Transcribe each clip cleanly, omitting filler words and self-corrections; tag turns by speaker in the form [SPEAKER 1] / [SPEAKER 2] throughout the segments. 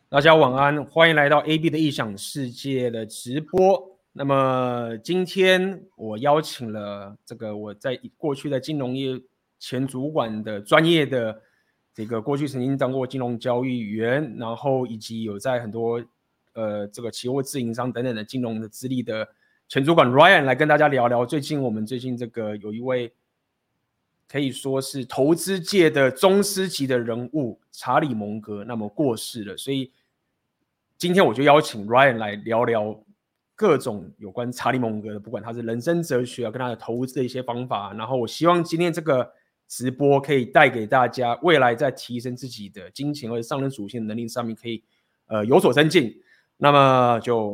[SPEAKER 1] 大家晚安，欢迎来到 AB 的异想世界的直播。那么今天我邀请了这个我在过去的金融业前主管的专业的这个过去曾经当过金融交易员，然后以及有在很多这个期货自营商等等的金融的资历的前主管 Ryan 来跟大家聊聊我们最近这个有一位可以说是投资界的宗师级的人物查理蒙格，那么过世了，所以今天我就邀请 Ryan 来聊聊各种有关查理蒙格的，不管他是人生哲学跟他的投资的一些方法。然后我希望今天这个直播可以带给大家未来在提升自己的金钱或者上升属性的能力上面可以有所增进。那么就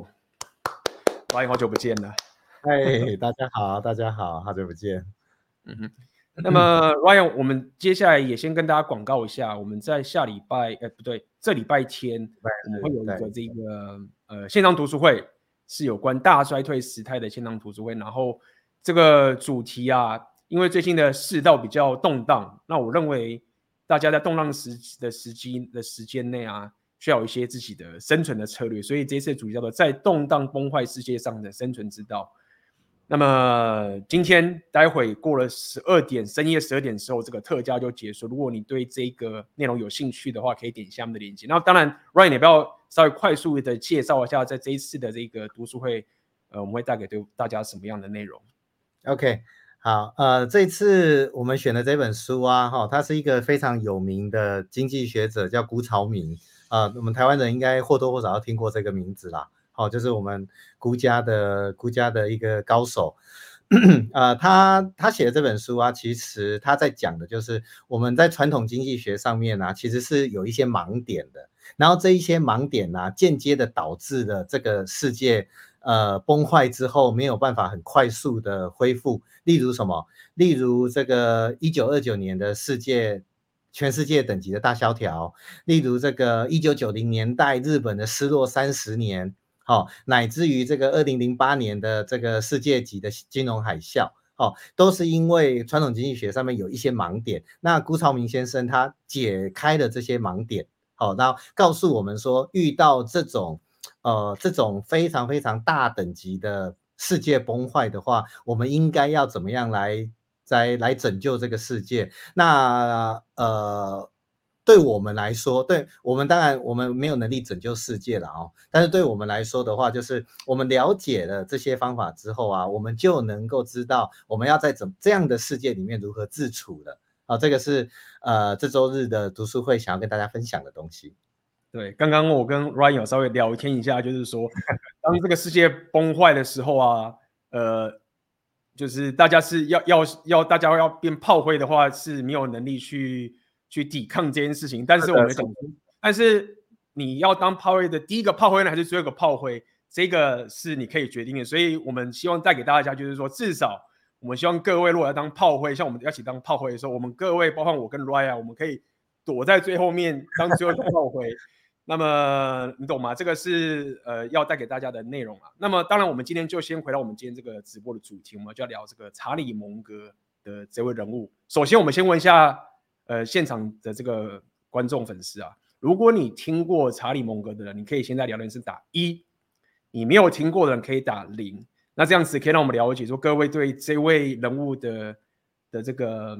[SPEAKER 1] Ryan 好久不见了。
[SPEAKER 2] 嗨，大家好，大家好，好久不见。
[SPEAKER 1] 那么 Ryan， 我们接下来也先跟大家广告一下，我们在下礼拜，不对，这礼拜天我们会有一个这个线上读书会，是有关大衰退时态的线上读书会。然后这个主题啊，因为最近的世道比较动荡，那我认为大家在动荡的时间内啊，需要有一些自己的生存的策略，所以这次的主题叫做在动荡崩坏世界上的生存之道。那么今天待会过了深夜12点之后，这个特价就结束。如果你对这个内容有兴趣的话，可以点下面的链接。那当然 ，Ryan 也不要稍微快速的介绍一下，在这一次的这个读书会，我们会带给大家什么样的内容
[SPEAKER 2] ？OK， 好，这一次我们选的这本书啊，它是一个非常有名的经济学者，叫辜朝明。我们台湾人应该或多或少要听过这个名字啦。就是我们辜家的一个高手。他写的这本书啊，其实他在讲的就是我们在传统经济学上面啊，其实是有一些盲点的。然后这一些盲点啊，间接的导致了这个世界崩坏之后没有办法很快速的恢复。例如什么？例如这个1929年的全世界等级的大萧条，例如这个1990年代日本的失落30年。乃至于这个2008年的这个世界级的金融海啸，都是因为传统经济学上面有一些盲点。那辜朝明先生他解开了这些盲点，然后告诉我们说，遇到这种非常非常大等级的世界崩坏的话，我们应该要怎么样来拯救这个世界。那对我们来说，对我们当然我们没有能力拯救世界了但是对我们来说的话，就是我们了解了这些方法之后啊，我们就能够知道我们要在这样的世界里面如何自处了。这个是这周日的读书会想要跟大家分享的东西。
[SPEAKER 1] 对，刚刚我跟 Ryan 有稍微聊天一下，就是说，当这个世界崩坏的时候啊，就是大家是大家要变炮灰的话，是没有能力去抵抗这件事情。但是我们讲，但是你要当炮灰的第一个炮灰呢，还是最后一个炮灰，这个是你可以决定的。所以我们希望带给大家，就是说，至少我们希望各位如果要当炮灰，像我们一起当炮灰的时候，我们各位包括我跟 Ryan， 我们可以躲在最后面当最后一个炮灰。那么你懂吗？这个是要带给大家的内容啊。那么当然，我们今天就先回到我们今天这个直播的主题，我们就要聊这个查理蒙格的这位人物。首先，我们先问一下现场的这个观众粉丝啊，如果你听过查理蒙格的人，你可以现在聊天室打1；你没有听过的人可以打0。那这样子可以让我们了解说各位对这位人物的这个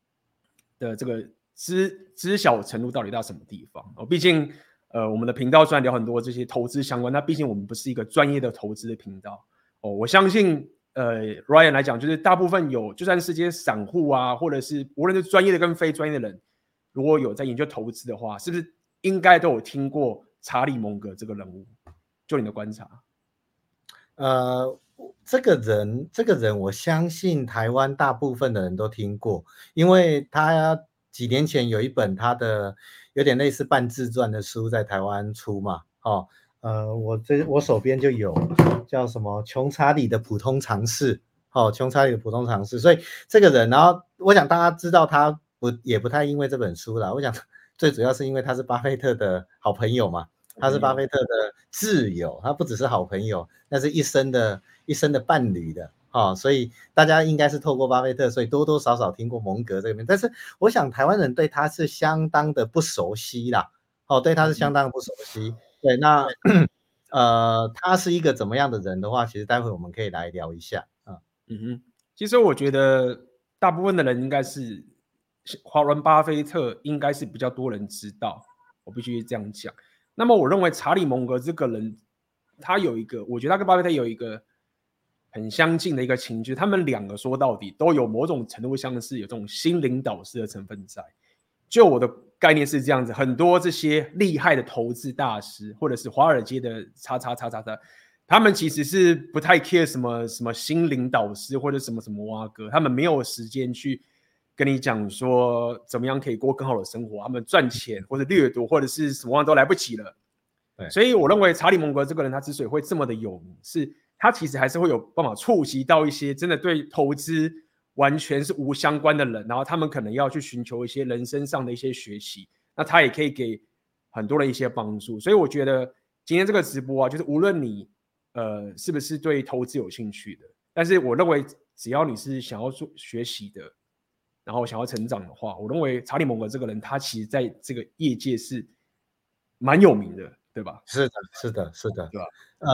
[SPEAKER 1] 知晓程度到底到什么地方毕竟。我们的频道虽然聊很多这些投资相关，但毕竟我们不是一个专业的投资的频道我相信Ryan 来讲，就是大部分就算是这些散户啊，或者是无论是专业的跟非专业的人，如果有在研究投资的话，是不是应该都有听过查理蒙格这个人物？就你的观察，
[SPEAKER 2] 这个人，我相信台湾大部分的人都听过，因为他几年前有一本他的有点类似半自传的书在台湾出嘛，我手边就有叫什么《穷查理的普通常识》，穷查理的普通常识。所以这个人，然后我想大家知道他也不太因为这本书啦，我想最主要是因为他是巴菲特的好朋友嘛。他是巴菲特的挚友，他不只是好朋友，那是一生的伴侣的所以大家应该是透过巴菲特，所以多多少少听过蒙格这个名。但是我想台湾人对他是相当的不熟悉啦对他是相当不熟悉。对，那他是一个怎么样的人的话，其实待会我们可以来聊一下。
[SPEAKER 1] 其实我觉得大部分的人应该是华伦巴菲特应该是比较多人知道，我必须这样讲。那么我认为查理蒙格这个人，他有一个，我觉得他跟巴菲特有一个很相近的一个情绪，他们两个说到底都有某种程度像是有这种心灵导师的成分在。就我的概念是这样子，很多这些厉害的投资大师，或者是华尔街的叉叉叉叉叉，他们其实是不太 care 什么心灵导师或者什么蛙哥，他们没有时间去跟你讲说怎么样可以过更好的生活，他们赚钱或者掠夺或者是什么都来不及了。所以我认为查理蒙格这个人他之所以会这么的有名，是他其实还是会有办法触及到一些真的对投资完全是无相关的人，然后他们可能要去寻求一些人生上的一些学习，那他也可以给很多人一些帮助。所以我觉得今天这个直播啊，就是无论你是不是对投资有兴趣的，但是我认为只要你是想要做学习的，然后想要成长的话，我认为查理蒙格这个人他其实在这个业界是蛮有名的，对吧？
[SPEAKER 2] 是的，是的，是的，
[SPEAKER 1] 对吧？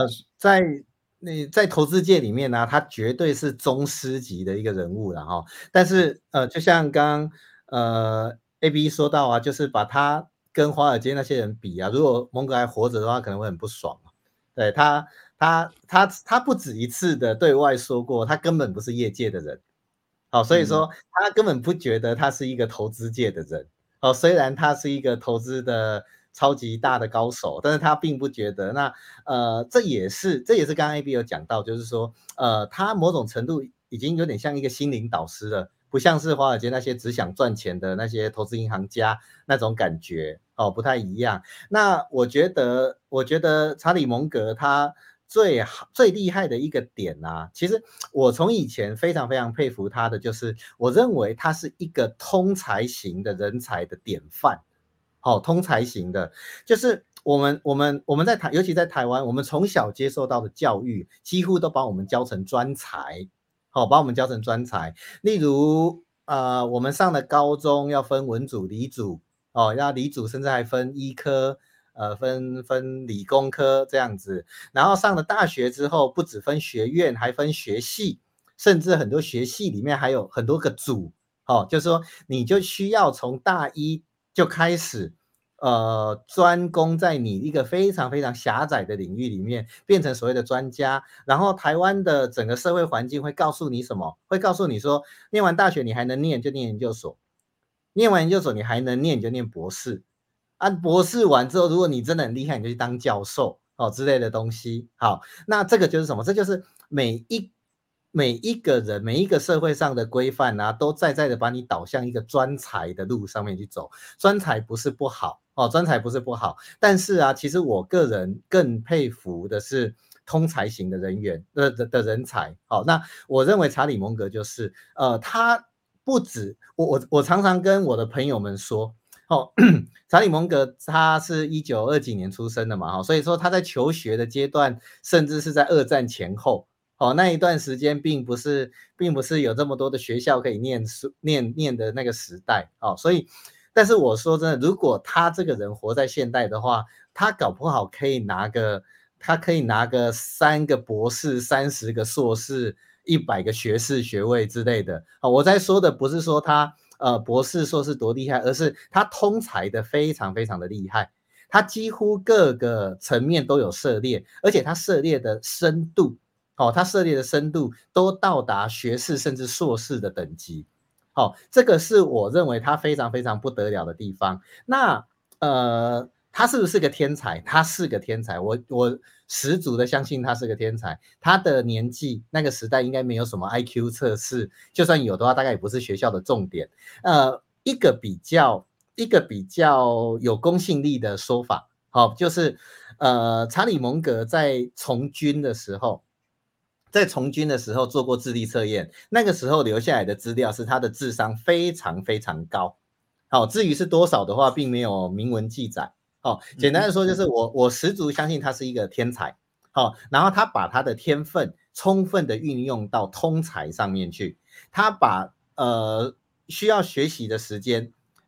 [SPEAKER 2] 在投资界里面呢，他绝对是宗师级的一个人物了哈。但是就像刚刚AB 说到啊，就是把他跟华尔街那些人比啊，如果蒙格还活着的话，可能会很不爽。对他不止一次的对外说过，他根本不是业界的人。所以说他根本不觉得他是一个投资界的人。虽然他是一个投资的超级大的高手，但是他并不觉得。那这也是刚刚 AB 有讲到，就是说他某种程度已经有点像一个心灵导师了，不像是华尔街那些只想赚钱的那些投资银行家那种感觉，不太一样。那我觉得查理蒙格他最厉害的一个点啊，其实我从以前非常非常佩服他的，就是我认为他是一个通才型的人才的典范。通才型的，就是我们尤其在台湾，我们从小接受到的教育几乎都把我们教成专才。把我们教成专才。例如我们上了高中要分文组理组，要理组甚至还分医科，分理工科这样子。然后上了大学之后，不只分学院，还分学系，甚至很多学系里面还有很多个组。就是说你就需要从大一就开始专攻在你一个非常非常狭窄的领域里面，变成所谓的专家。然后台湾的整个社会环境会告诉你什么？会告诉你说，念完大学你还能念就念研究所，念完研究所你还能念你就念博士。博士完之后，如果你真的很厉害，你就去当教授之类的东西。好，那这个就是什么？这就是每一个人，每一个社会上的规范啊，都在的把你导向一个专才的路上面去走。专才不是不好专才不是不好，但是啊，其实我个人更佩服的是通才型的人员的人才。那我认为查理蒙格就是他不止我常常跟我的朋友们说查理蒙格他是1920几年出生的嘛，所以说他在求学的阶段，甚至是在二战前后。那一段时间并不是有这么多的学校可以念书念的那个时代。所以但是我说真的，如果他这个人活在现代的话，他搞不好可以拿个3个博士、30个硕士、100个学士学位之类的。我在说的不是说他博士硕士多厉害，而是他通才的非常非常的厉害。他几乎各个层面都有涉猎，而且他涉猎的深度都到达学士甚至硕士的等级。这个是我认为他非常非常不得了的地方。那他是不是个天才？他是个天才，我十足的相信他是个天才。他的年纪那个时代应该没有什么 IQ 测试，就算有的话，大概也不是学校的重点。一个比较有公信力的说法，就是查理蒙格在从军的时候做过智力测验，那个时候留下来的资料是他的智商非常非常高。至于是多少的话，并没有明文记载。简单的说就是我十足相信他是一个天才。然后他把他的天分充分的运用到通才上面去，他把需要学习的时间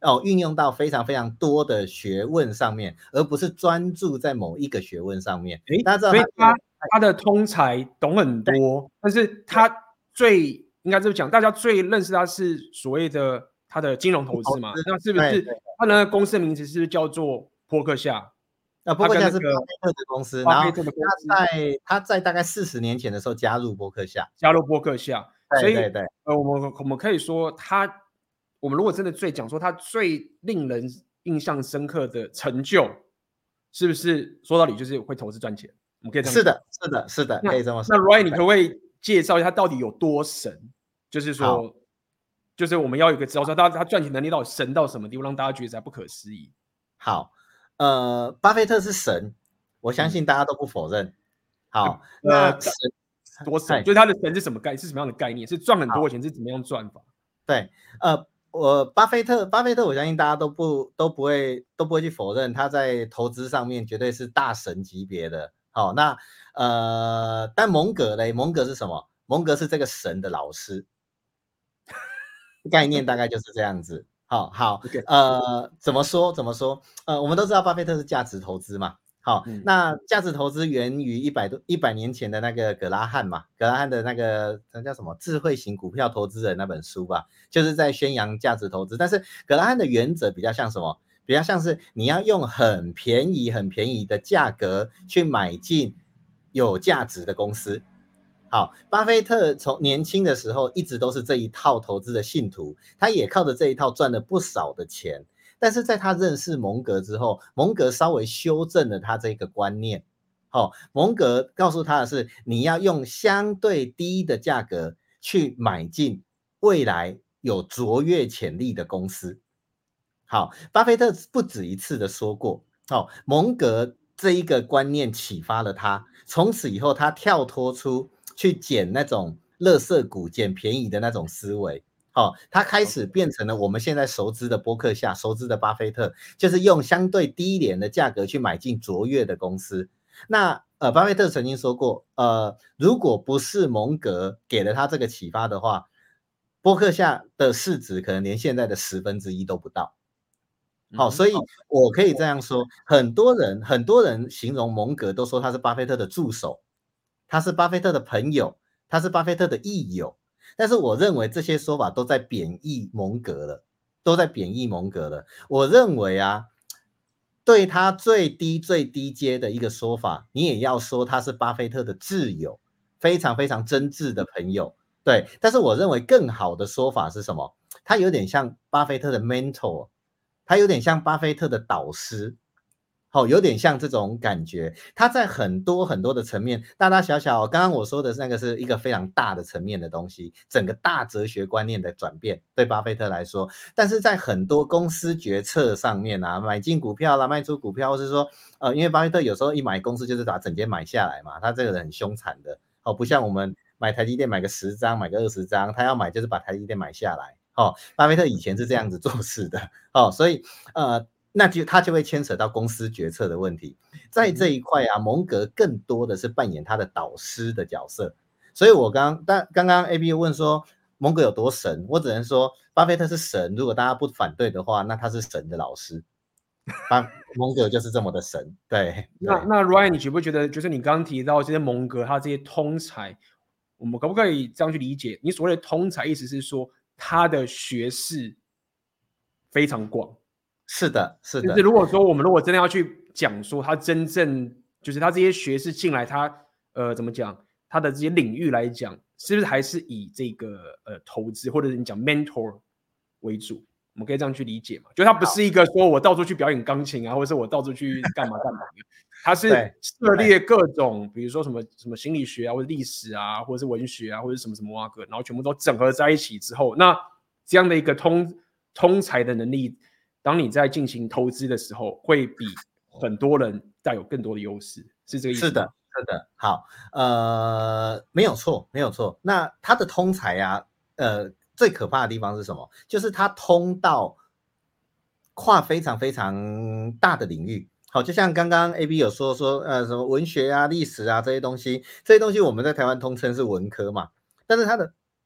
[SPEAKER 2] 运用到非常非常多的学问上面，而不是专注在某一个学问上面。大家知道
[SPEAKER 1] 所以他的通才懂很多，但是他应该这么讲，大家最认识他是所谓的他的金融投资嘛？那是不是他的公司的名字是不是叫做波克夏？
[SPEAKER 2] 波克夏是巴菲特的公司，然后他在大概40年前的时候加入波克夏，
[SPEAKER 1] 所以我们可以说我们如果真的讲说他最令人印象深刻的成就，是不是说到底就是会投资赚钱？我们可以这样
[SPEAKER 2] 讲。是的，可以这么说。
[SPEAKER 1] 那 Ryan， 你可不可以介绍一下他到底有多神？就是说，就是我们要有一个知道说他赚钱能力到底神到什么地步，让大家觉得不可思议。
[SPEAKER 2] 好，巴菲特是神，我相信大家都不否认。好，那神
[SPEAKER 1] 多神，就是他的神是什么样的概念？是赚很多钱，是怎么样赚法？
[SPEAKER 2] 对，巴菲特，我相信大家都不会去否认，他在投资上面绝对是大神级别的。好，那但蒙格嘞，蒙格是什么？蒙格是这个神的老师，概念大概就是这样子。好，怎么说？我们都知道巴菲特是价值投资嘛。好，那价值投资源于100年前的那个格拉汉嘛，格拉汉的那叫什么智慧型股票投资人那本书吧，就是在宣扬价值投资。但是格拉汉的原则比较像什么？比较像是你要用很便宜的价格去买进有价值的公司。好，巴菲特从年轻的时候一直都是这一套投资的信徒，他也靠着这一套赚了不少的钱。但是在他认识蒙格之后，蒙格稍微修正了他这个观念。蒙格告诉他的是，你要用相对低的价格去买进未来有卓越潜力的公司。好，巴菲特不止一次的说过，蒙格这一个观念启发了他，从此以后他跳脱出去捡那种垃圾股、捡便宜的那种思维。他开始变成了我们现在熟知的波克夏、熟知的巴菲特，就是用相对低廉的价格去买进卓越的公司。那巴菲特曾经说过，如果不是蒙格给了他这个启发的话，波克夏的市值可能连现在的1/10都不到。所以我可以这样说，很多人形容蒙格都说他是巴菲特的助手，他是巴菲特的朋友，他是巴菲特的益友。但是我认为这些说法都在贬义蒙格了，我认为啊，对他最低阶的一个说法，你也要说他是巴菲特的挚友，非常非常真挚的朋友。对，但是我认为更好的说法是什么？他有点像巴菲特的 mentor， 他有点像巴菲特的导师。有点像这种感觉，他在很多的层面，大大小小，刚刚我说的那个是一个非常大的层面的东西，整个大哲学观念的转变，对巴菲特来说，但是在很多公司决策上面啊，买进股票啦，卖出股票，或是说，因为巴菲特有时候一买公司就是把整间买下来嘛，他这个人很凶残的，不像我们买台积电买个10张，买个20张，他要买就是把台积电买下来，巴菲特以前是这样子做事的，所以那他就会牵扯到公司决策的问题，在这一块啊，蒙格更多的是扮演他的导师的角色。所以我刚刚 AB 问说蒙格有多神，我只能说巴菲特是神，如果大家不反对的话，那他是神的老师，蒙格就是这么的神。对，
[SPEAKER 1] 那 Ryan， 你觉不觉得就是你刚刚提到这些蒙格他这些通才，我们可不可以这样去理解？你所谓的通才，意思是说他的学识非常广。
[SPEAKER 2] 是的。
[SPEAKER 1] 就是如果说我们真的要去讲说他真正就是他这些学识进来，他怎么讲？他的这些领域来讲，是不是还是以这个投资或者是你讲 mentor 为主？我们可以这样去理解嘛？就他不是一个说我到处去表演钢琴啊，或者是我到处去干嘛的，他是涉猎各种，比如说什么心理学啊，或者历史啊，或者是文学啊，或者什么然后全部都整合在一起之后，那这样的一个通才的能力。当你在进行投资的时候，会比很多人带有更多的优势，是这个意思吗？
[SPEAKER 2] 是的。好，没有错。那他的通才啊，最可怕的地方是什么？就是他通到跨非常非常大的领域。好，就像刚刚 AB 有说什么文学啊、历史啊这些东西我们在台湾通称是文科嘛，但是他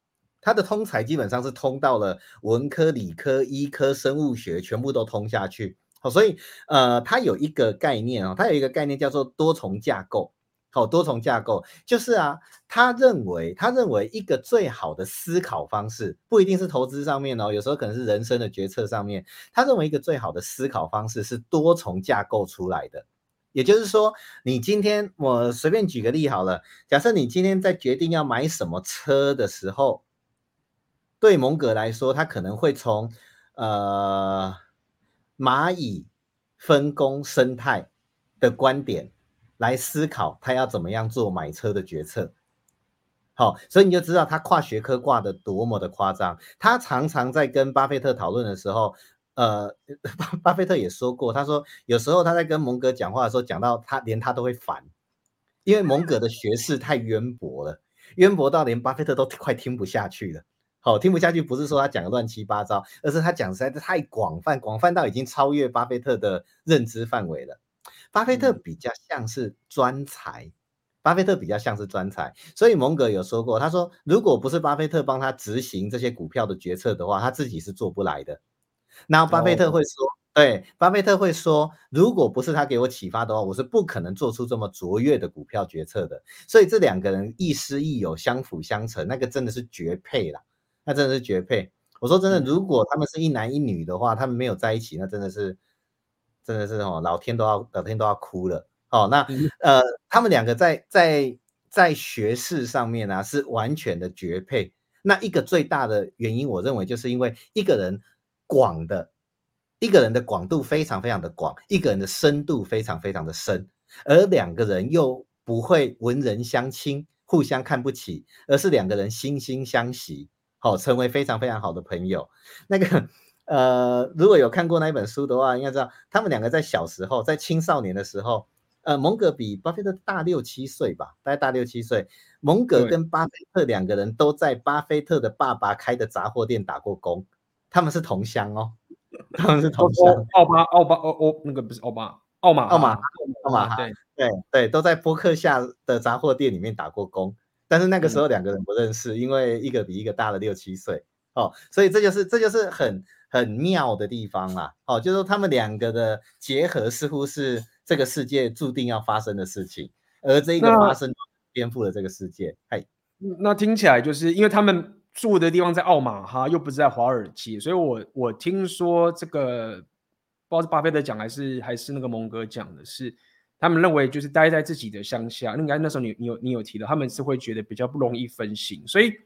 [SPEAKER 2] 他的通才基本上是通到了文科、理科、医科、生物学，全部都通下去。所以他有一个概念他有一个概念叫做多重架构。多重架构就是他认为一个最好的思考方式，不一定是投资上面有时候可能是人生的决策上面，他认为一个最好的思考方式是多重架构出来的。也就是说，你今天我随便举个例好了，假设你今天在决定要买什么车的时候，对蒙格来说，他可能会从蚂蚁分工生态的观点来思考他要怎么样做买车的决策。所以你就知道他跨学科挂的多么的夸张。他常常在跟巴菲特讨论的时候，巴菲特也说过，他说有时候他在跟蒙格讲话的时候，讲到连他都会烦，因为蒙格的学识太渊博了，渊博到连巴菲特都快听不下去了。听不下去不是说他讲的乱七八糟，而是他讲实在是太广泛到已经超越巴菲特的认知范围了。巴菲特比较像是专才，所以蒙格有说过，他说如果不是巴菲特帮他执行这些股票的决策的话，他自己是做不来的。然后巴菲特会说，对，巴菲特会说，如果不是他给我启发的话，我是不可能做出这么卓越的股票决策的。所以这两个人亦师亦友，相辅相成，那个真的是绝配啦，那真的是绝配。我说真的，如果他们是一男一女的话，他们没有在一起，那真的是老天都要哭了。那他们两个在学识上面是完全的绝配。那一个最大的原因，我认为就是因为一个人的广度非常非常的广，一个人的深度非常非常的深，而两个人又不会文人相轻，互相看不起，而是两个人惺惺相惜，成为非常非常好的朋友。那个如果有看过那一本书的话，应该知道他们两个在小时候，在青少年的时候，蒙格比巴菲特大6、7岁吧，大概大6、7岁。蒙格跟巴菲特两个人都在巴菲特的爸爸开的杂货店打过工，他们是同乡他们是同乡。
[SPEAKER 1] 那个不是奥马哈，
[SPEAKER 2] 对，都在波克夏的杂货店里面打过工，但是那个时候两个人不认识，因为一个比一个大了6、7岁。所以这就是很妙的地方啦。就是说他们两个的结合似乎是这个世界注定要发生的事情，而这一个发生颠覆了这个世界。
[SPEAKER 1] 那听起来就是因为他们住的地方在奥马哈，又不是在华尔街，所以我听说这个不知道是巴菲特讲还是那个蒙格讲的是，他们认为就是待在自己的乡下，应该那时候你有提到，他们是会觉得比较不容易分心，所以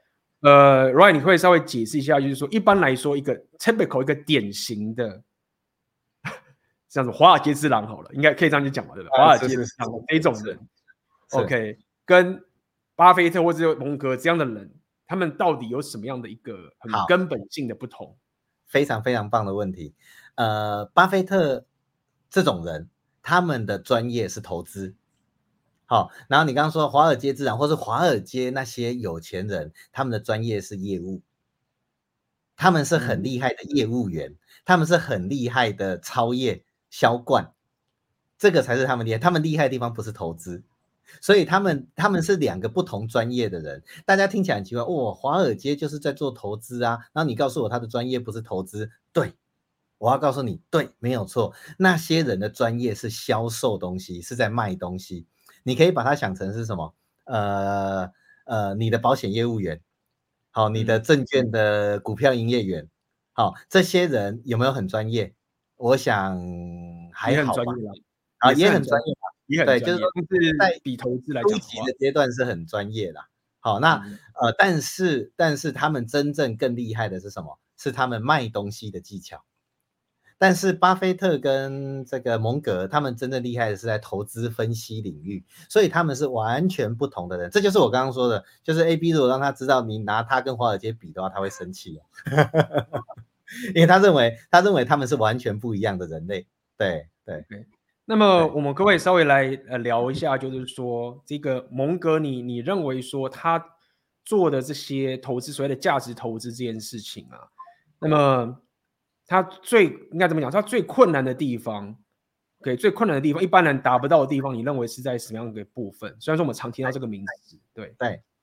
[SPEAKER 1] Ryan 你可以稍微解释一下，就是说一般来说一个 typical 一个典型的这样子华尔街之狼好了，应该可以这样去讲嘛，对不对？华尔街之狼这种人 ，OK， 跟巴菲特或者蒙格这样的人，他们到底有什么样的一个很根本性的不同？
[SPEAKER 2] 非常非常棒的问题。巴菲特这种人，他们的专业是投资。然后你刚刚说华尔街之狼，或是华尔街那些有钱人，他们的专业是业务，他们是很厉害的业务员，他们是很厉害的超业销冠，这个才是他们厉害。他们厉害的地方不是投资，所以他们是两个不同专业的人。大家听起来很奇怪，华尔街就是在做投资啊，然后你告诉我他的专业不是投资，对，我要告诉你，对，没有错，那些人的专业是销售东西，是在卖东西。你可以把它想成是什么？你的保险业务员，你的证券的股票营业员，这些人有没有很专业？我想还好吧。也很专业吧。对，就是说在
[SPEAKER 1] 比投资来讲，
[SPEAKER 2] 初级的阶段是很专业啦。那但是他们真正更厉害的是什么？是他们卖东西的技巧。但是巴菲特跟这个蒙格，他们真正厉害的是在投资分析领域，所以他们是完全不同的人。这就是我刚刚说的，就是 AB 如果让他知道你拿他跟华尔街比的话，他会生气因为他认为他们是完全不一样的人类。对。
[SPEAKER 1] 那么我们可不可以稍微来聊一下，就是说这个蒙格你认为说他做的这些投资，所谓的价值投资这件事情啊，那么他应该怎么讲？他最困难的地方，最困难的地方，一般人达不到的地方，你认为是在什么样的部分？虽然说我们常听到这个名字，对，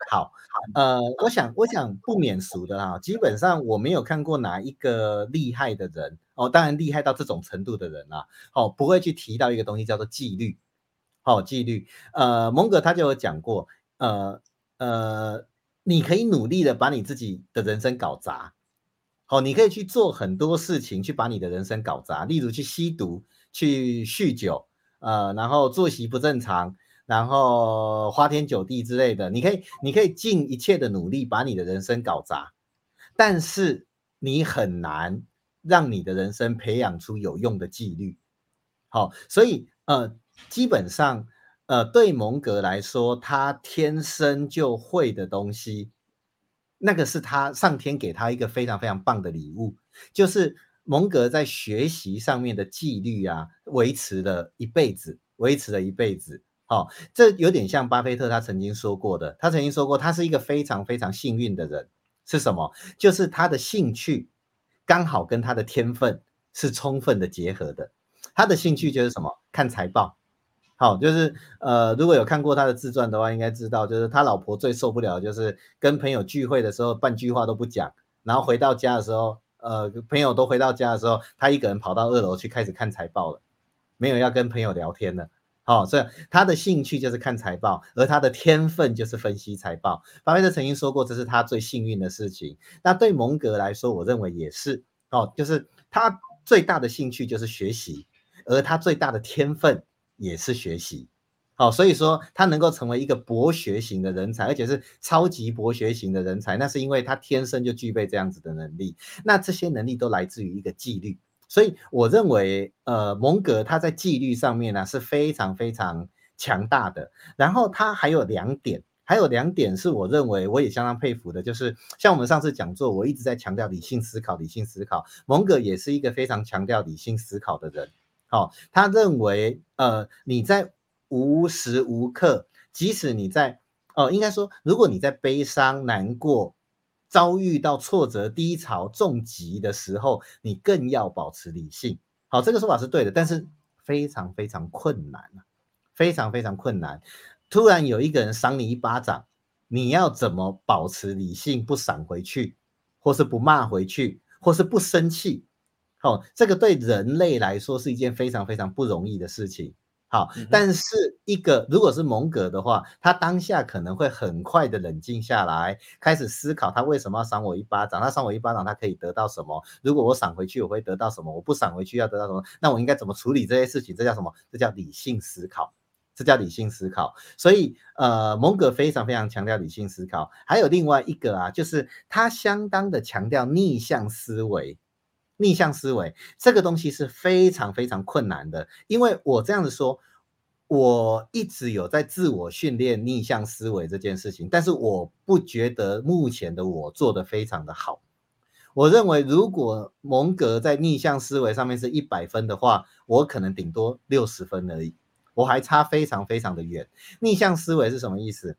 [SPEAKER 2] 好，我想不免俗的哈，基本上我没有看过哪一个厉害的人哦，当然厉害到这种程度的人啊，哦，不会去提到一个东西叫做纪律，纪律。蒙格他就有讲过，呃呃，你可以努力的把你自己的人生搞砸，你可以去做很多事情去把你的人生搞砸，例如去吸毒、去酗酒，然后作息不正常，然后花天酒地之类的，你可以尽一切的努力把你的人生搞砸，但是你很难让你的人生培养出有用的纪律。好，所以基本上对蒙格来说，他天生就会的东西，那个是他上天给他一个非常非常棒的礼物，就是蒙格在学习上面的纪律啊，维持了一辈子，维持了一辈子。好，这有点像巴菲特他曾经说过的，他曾经说过他是一个非常非常幸运的人，是什么？就是他的兴趣刚好跟他的天分是充分的结合的。他的兴趣就是什么？看财报。好，就是如果有看过他的自传的话，应该知道，就是他老婆最受不了，就是跟朋友聚会的时候半句话都不讲，然后回到家的时候，朋友都回到家的时候，他一个人跑到2楼去开始看财报了，没有要跟朋友聊天了。好，所以他的兴趣就是看财报，而他的天分就是分析财报。巴菲特曾经说过，这是他最幸运的事情。那对蒙格来说，我认为也是。就是他最大的兴趣就是学习，而他最大的天分也是学习。好，所以说他能够成为一个博学型的人才，而且是超级博学型的人才，那是因为他天生就具备这样子的能力。那这些能力都来自于一个纪律。所以我认为，蒙格他在纪律上面呢是非常非常强大的。然后他还有2点，是我认为我也相当佩服的，就是像我们上次讲座，我一直在强调理性思考，理性思考。蒙格也是一个非常强调理性思考的人。他认为，你在无时无刻，即使你在，应该说，如果你在悲伤、难过、遭遇到挫折、低潮、重疾的时候，你更要保持理性。好，这个说法是对的，但是非常非常困难啊，非常非常困难。突然有一个人赏你一巴掌，你要怎么保持理性，不闪回去，或是不骂回去，或是不生气？这个对人类来说是一件非常非常不容易的事情。好，但是如果是蒙格的话，他当下可能会很快的冷静下来，开始思考他为什么要赏我一巴掌，他赏我一巴掌他可以得到什么？如果我赏回去我会得到什么？我不赏回去要得到什么？那我应该怎么处理这些事情？这叫什么？这叫理性思考。所以蒙格非常非常强调理性思考。还有另外一个啊，就是他相当的强调逆向思维。逆向思维这个东西是非常非常困难的，因为我这样子说，我一直有在自我训练逆向思维这件事情，但是我不觉得目前的我做得非常的好。我认为如果蒙格在逆向思维上面是100分的话，我可能顶多60分而已，我还差非常非常的远。逆向思维是什么意思？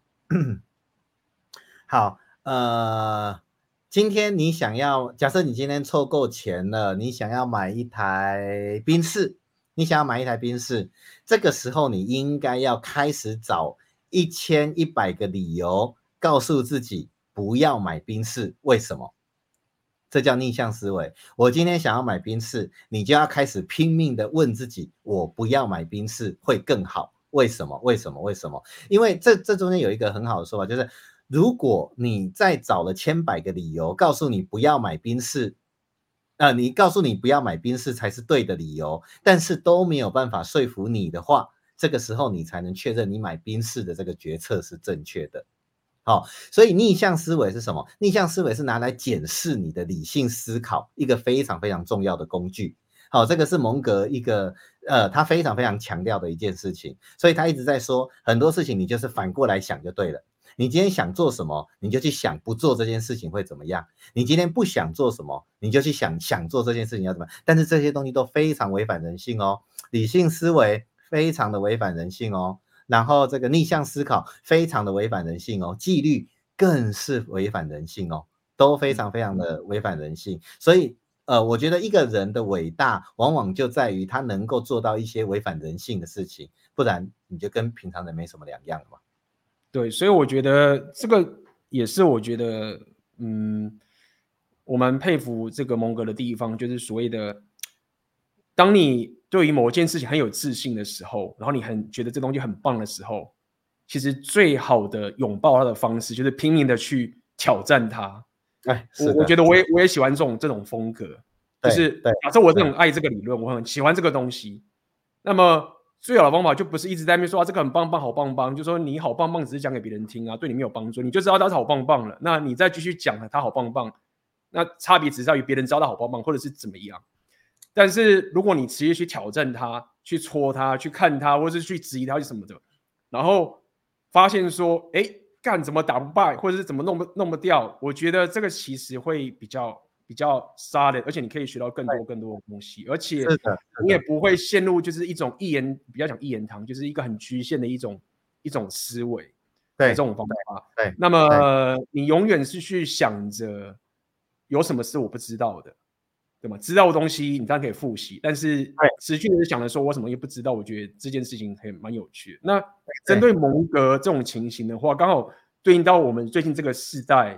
[SPEAKER 2] 好，今天你想要，假设你今天凑够钱了，你想要买一台宾士，这个时候你应该要开始找1100个理由，告诉自己不要买宾士，为什么？这叫逆向思维。我今天想要买宾士，你就要开始拼命的问自己，我不要买宾士会更好，为什么？因为这中间有一个很好的说法，就是如果你再找了1,000个理由，告诉你不要买宾士，你告诉你不要买宾士才是对的理由，但是都没有办法说服你的话，这个时候你才能确认你买宾士的这个决策是正确的。好，所以逆向思维是什么？逆向思维是拿来检视你的理性思考一个非常非常重要的工具。好，这个是蒙格一个他非常非常强调的一件事情，所以他一直在说很多事情你就是反过来想就对了。你今天想做什么，你就去想不做这件事情会怎么样。你今天不想做什么，你就去想做这件事情要怎么样。但是这些东西都非常违反人性哦，理性思维非常的违反人性哦。然后这个逆向思考非常的违反人性哦，纪律更是违反人性哦，都非常非常的违反人性。所以我觉得一个人的伟大往往就在于他能够做到一些违反人性的事情，不然你就跟平常人没什么两样嘛。
[SPEAKER 1] 对，所以我觉得这个也是我觉得我们佩服这个蒙格的地方，就是所谓的，当你对于某件事情很有自信的时候，然后你很觉得这东西很棒的时候，其实最好的拥抱它的方式就是拼命的去挑战它。我觉得我也喜欢这种风格，就是假设我很爱这个理论，我很喜欢这个东西，那么最好的方法就不是一直在那边说这个很棒棒好棒棒，就说你好棒棒只是讲给别人听啊，对你没有帮助，你就知道他是好棒棒了，那你再继续讲他好棒棒，那差别只在于别人知道他好棒棒或者是怎么样。但是如果你直接去挑战他，去戳他，去看他，或是去质疑他什么的，然后发现说干怎么打不败，或者是怎么弄不掉，我觉得这个其实会比较solid，而且你可以学到更多的东西，而且你也不会陷入就是一种比较讲一言堂，就是一个很局限的一种思维的这种方法。那么你永远是去想着有什么是我不知道的，对吗？知道的东西你当然可以复习，但是持续的想着说我什么也不知道，我觉得这件事情还蛮有趣的。那针对蒙格这种情形的话，刚好对应到我们最近这个时代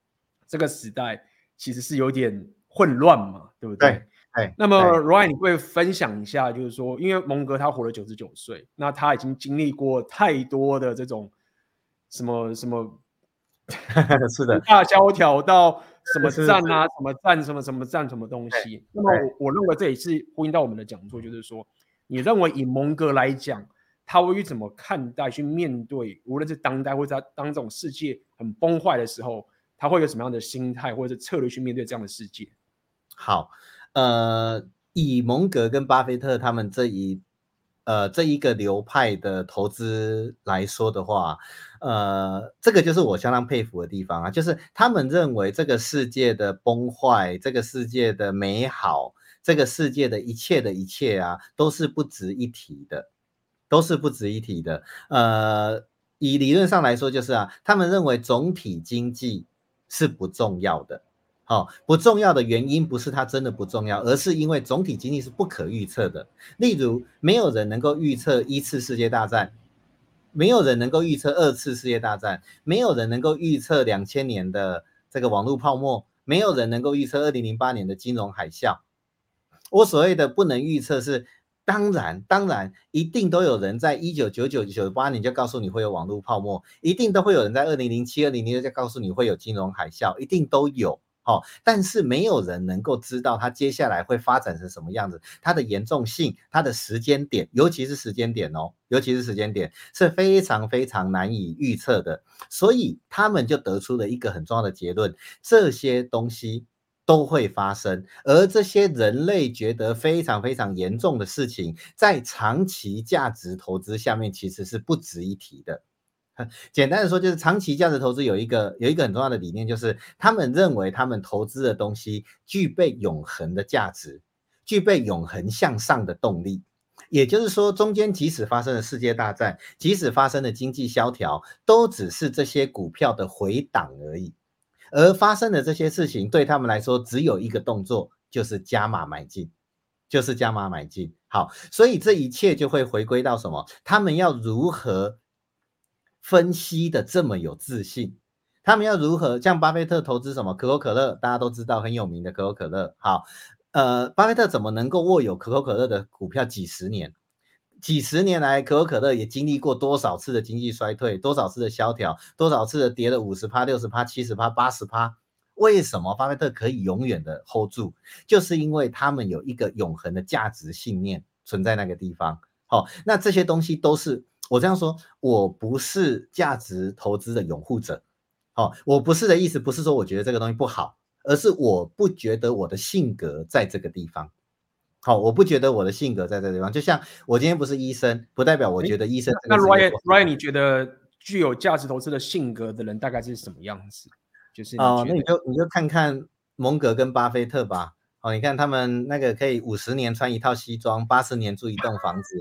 [SPEAKER 1] 其实是有点混乱嘛，对不对？那么 Ryan 你会分享一下，就是说因为蒙格他活了99岁，那他已经经历过太多的这种什么
[SPEAKER 2] 是的，
[SPEAKER 1] 大萧条到什么战啊，什么战，什么战，什么东西。那么我认为这也是呼应到我们的讲座，就是说，你认为以蒙格来讲，他会去怎么看待、去面对，无论是当代或者当这种世界很崩坏的时候，他会有什么样的心态或者是策略去面对这样的世界？
[SPEAKER 2] 好，以蒙格跟巴菲特他们这一个流派的投资来说的话，这个就是我相当佩服的地方啊，就是他们认为这个世界的崩坏，这个世界的美好，这个世界的一切啊，都是不值一提的，都是不值一提的。以理论上来说，就是啊，他们认为总体经济是不重要的。不重要的原因不是它真的不重要，而是因为总体经济是不可预测的。例如，没有人能够预测1次世界大战，没有人能够预测2次世界大战，没有人能够预测2000年的这个网络泡沫，没有人能够预测2008年的金融海啸。我所谓的不能预测是，当然，一定都有人在1999、98年就告诉你会有网络泡沫，一定都会有人在2007、2006就告诉你会有金融海啸，一定都有。但是没有人能够知道它接下来会发展成什么样子，它的严重性，它的时间点，尤其是时间点是非常非常难以预测的。所以他们就得出了一个很重要的结论，这些东西都会发生，而这些人类觉得非常非常严重的事情，在长期价值投资下面其实是不值一提的。简单的说，就是长期价值投资有一个很重要的理念，就是他们认为他们投资的东西具备永恒的价值，具备永恒向上的动力。也就是说，中间即使发生了世界大战，即使发生了经济萧条，都只是这些股票的回档而已。而发生的这些事情对他们来说只有一个动作，就是加码买进，好，所以这一切就会回归到什么？他们要如何分析的这么有自信？他们要如何像巴菲特投资什么可口可乐，大家都知道很有名的可口可乐。好，巴菲特怎么能够握有可口可乐的股票几十年？几十年来，可口可乐也经历过多少次的经济衰退，多少次的萧条，多少次的跌了50%、60%、70%、80%。为什么巴菲特可以永远的 hold 住？就是因为他们有一个永恒的价值信念存在那个地方。那这些东西都是我这样说，我不是价值投资的拥护者。我不是的意思不是说我觉得这个东西不好，而是我不觉得我的性格在这个地方。我不觉得我的性格在这个地方，就像我今天不是医生，不代表我觉得医生。
[SPEAKER 1] 那 Ryan 你觉得具有价值投资的性格的人大概是什么样子？就是
[SPEAKER 2] 那你就看看蒙格跟巴菲特吧。你看他们那个可以50年穿一套西装，80年住一栋房子。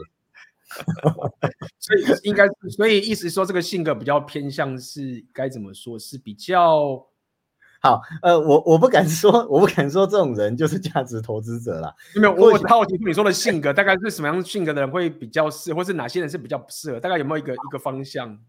[SPEAKER 1] 所以意思说这个性格比较偏向是该怎么说，是比较
[SPEAKER 2] 好。我不敢说这种人就是价值投资者啦。
[SPEAKER 1] 没有，我好奇你说的性格大概是什么样性格的人会比较适合，或是哪些人是比较不适合？大概有没有一个方向？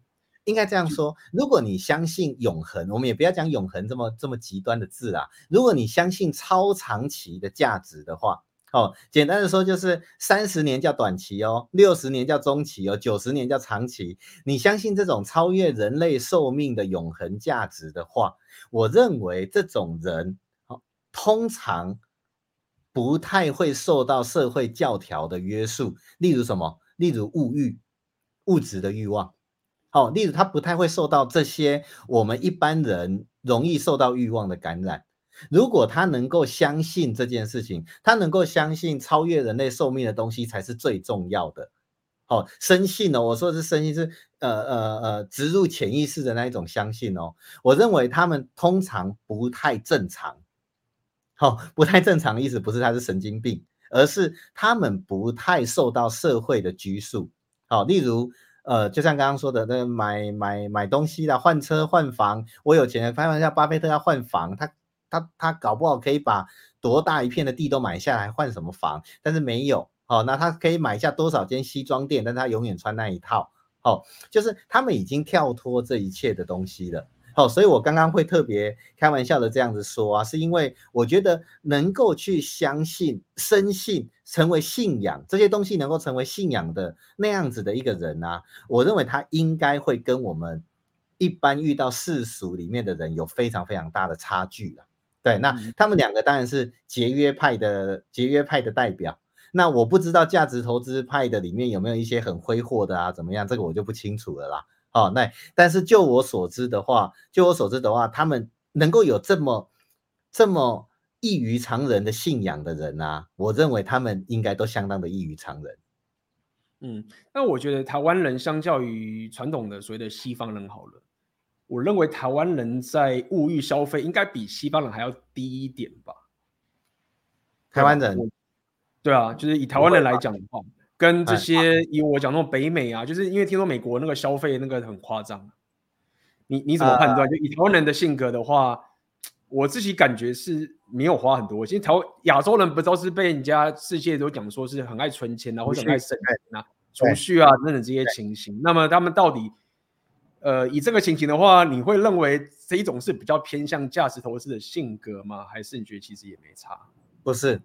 [SPEAKER 2] 应该这样说，如果你相信永恒，我们也不要讲永恒这么极端的字啦。如果你相信超长期的价值的话，简单的说就是30年叫短期哦，60年叫中期哦，90年叫长期。你相信这种超越人类寿命的永恒价值的话，我认为这种人通常不太会受到社会教条的约束，例如什么？例如物欲、物质的欲望。例如他不太会受到这些我们一般人容易受到欲望的感染。如果他能够相信这件事情，他能够相信超越人类寿命的东西才是最重要的。深信哦，我说的是深信是植入潜意识的那一种相信哦。我认为他们通常不太正常。不太正常的意思不是他是神经病，而是他们不太受到社会的拘束。例如就像刚刚说的，那买东西啦，换车换房，我有钱，开玩笑，巴菲特要换房，他搞不好可以把多大一片的地都买下来，换什么房？但是没有。那他可以买下多少间西装店，但他永远穿那一套。就是他们已经跳脱这一切的东西了。所以我刚刚会特别开玩笑的这样子说啊，是因为我觉得能够去相信、深信、成为信仰这些东西能够成为信仰的那样子的一个人啊，我认为他应该会跟我们一般遇到世俗里面的人有非常非常大的差距了。对，那他们两个当然是节约派的代表。那我不知道价值投资派的里面有没有一些很挥霍的啊，怎么样？这个我就不清楚了啦。但是就我所知的话，他们能够有这么异于常人的信仰的人啊，我认为他们应该都相当的异于常人。
[SPEAKER 1] 那我觉得台湾人相较于传统的所谓的西方人好了，我认为台湾人在物欲消费应该比西方人还要低一点吧。
[SPEAKER 2] 台湾人，
[SPEAKER 1] 对啊，就是以台湾人来讲的话，跟这些以我讲那种北美啊，就是因为听说美国那个消费那个很夸张，你怎么判断？就以台湾人的性格的话，我自己感觉是没有花很多。其实亚洲人不都是被人家世界都讲说是很爱存钱啊，或者很爱省钱啊、储蓄啊等等这些情形。那么他们到底以这个情形的话，你会认为这一种是比较偏向价值投资的性格吗？还是你觉得其实也没差？
[SPEAKER 2] 不是，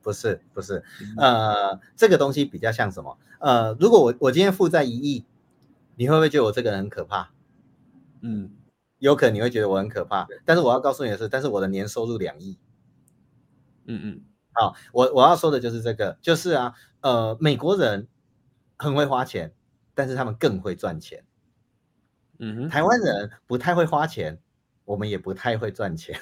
[SPEAKER 2] 这个东西比较像什么？如果我今天负债1亿，你会不会觉得我这个人很可怕？有可能你会觉得我很可怕，但是我要告诉你的是，但是我的年收入2亿。好，我要说的就是这个，就是啊，美国人很会花钱，但是他们更会赚钱。台湾人不太会花钱，我们也不太会赚钱。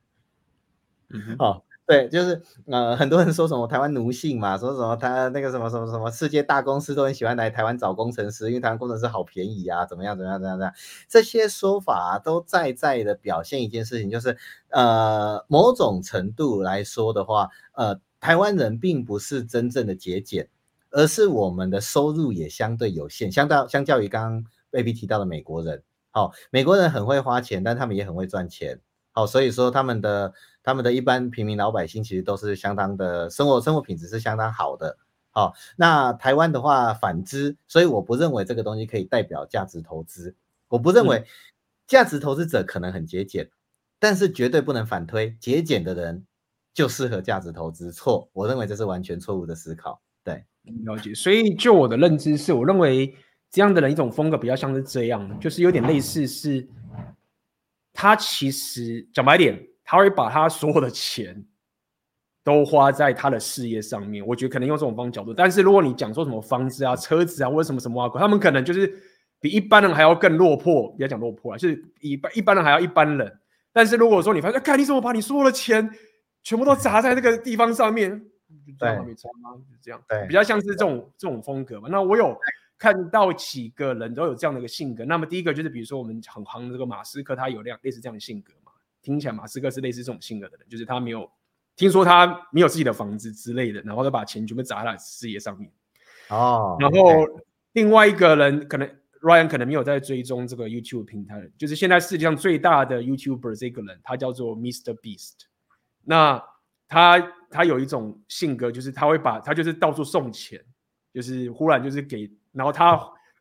[SPEAKER 2] 对，就是很多人说什么台湾奴性嘛，说什么他那个什么世界大公司都很喜欢来台湾找工程师，因为台湾工程师好便宜啊，怎么样，这些说法都在的表现一件事情，就是某种程度来说的话，台湾人并不是真正的节俭，而是我们的收入也相对有限，相较于刚刚 AB 提到的美国人。美国人很会花钱，但他们也很会赚钱。所以说他们的一般平民老百姓其实都是相当的生活品质是相当好的。那台湾的话反之，所以我不认为这个东西可以代表价值投资。我不认为价值投资者可能很节俭，但是绝对不能反推节俭的人就适合价值投资。错，我认为这是完全错误的思考。对，
[SPEAKER 1] 了解。所以就我的认知是，我认为这样的人一种风格比较像是这样，就是有点类似是。他其实讲白点，他会把他所有的钱都花在他的事业上面。我觉得可能用这种方角度，但是如果你讲说什么房子啊、车子啊，或者什么啊，他们可能就是比一般人还要更落魄。不要讲落魄啊，就是比一般人还要一般人。但是如果说你发现，看你怎么把你所有的钱全部都砸在这个地方上面，就这样没差吗？就这样，比较像是这种风格嘛。那我有看到几个人都有这样的一个性格。那么第一个就是比如说我们很行的这个马斯克，他有类似这样的性格嘛？听起来马斯克是类似这种性格的人，就是他没有听说他没有自己的房子之类的，然后就把钱全部砸在他的事业上面。然后另外一个人可能 Ryan 可能没有在追踪这个 YouTube 平台，就是现在世界上最大的 YouTuber 这个人，他叫做 Mr. Beast。那他有一种性格，就是他就是到处送钱，就是忽然就是给。然后他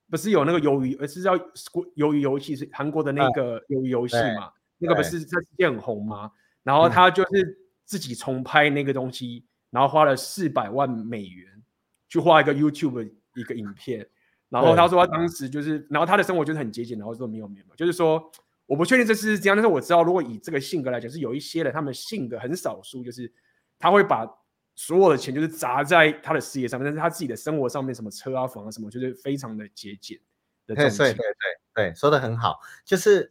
[SPEAKER 1] 不是有那个鱿鱼，是叫鱿鱼游戏，是韩国的那个鱿鱼游戏嘛？那个不是在世界很红吗？然后他就是自己重拍那个东西，然后花了400万美元去画一个 YouTube 一个影片。然后他说他当时就是，然后他的生活就是很节俭，然后说没有，就是说我不确定这是这样，但是我知道如果以这个性格来讲，是有一些人他们性格很少数，就是他会把所有的钱就是砸在他的事业上面，但是他自己的生活上面，什么车啊房啊什么，就是非常的节俭的这种情况。
[SPEAKER 2] 对，说得很好，就是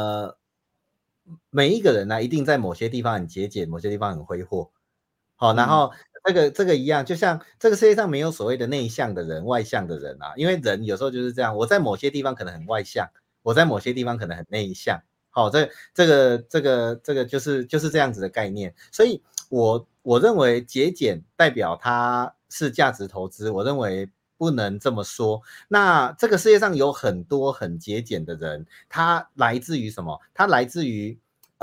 [SPEAKER 2] 每一个人呢，一定在某些地方很节俭，某些地方很挥霍。好，然后这个一样，就像这个世界上没有所谓的内向的人、外向的人啊，因为人有时候就是这样，我在某些地方可能很外向，我在某些地方可能很内向。好，这个就是这样子的概念。所以我认为节俭代表它是价值投资，我认为不能这么说。那这个世界上有很多很节俭的人，他来自于什么？他来自于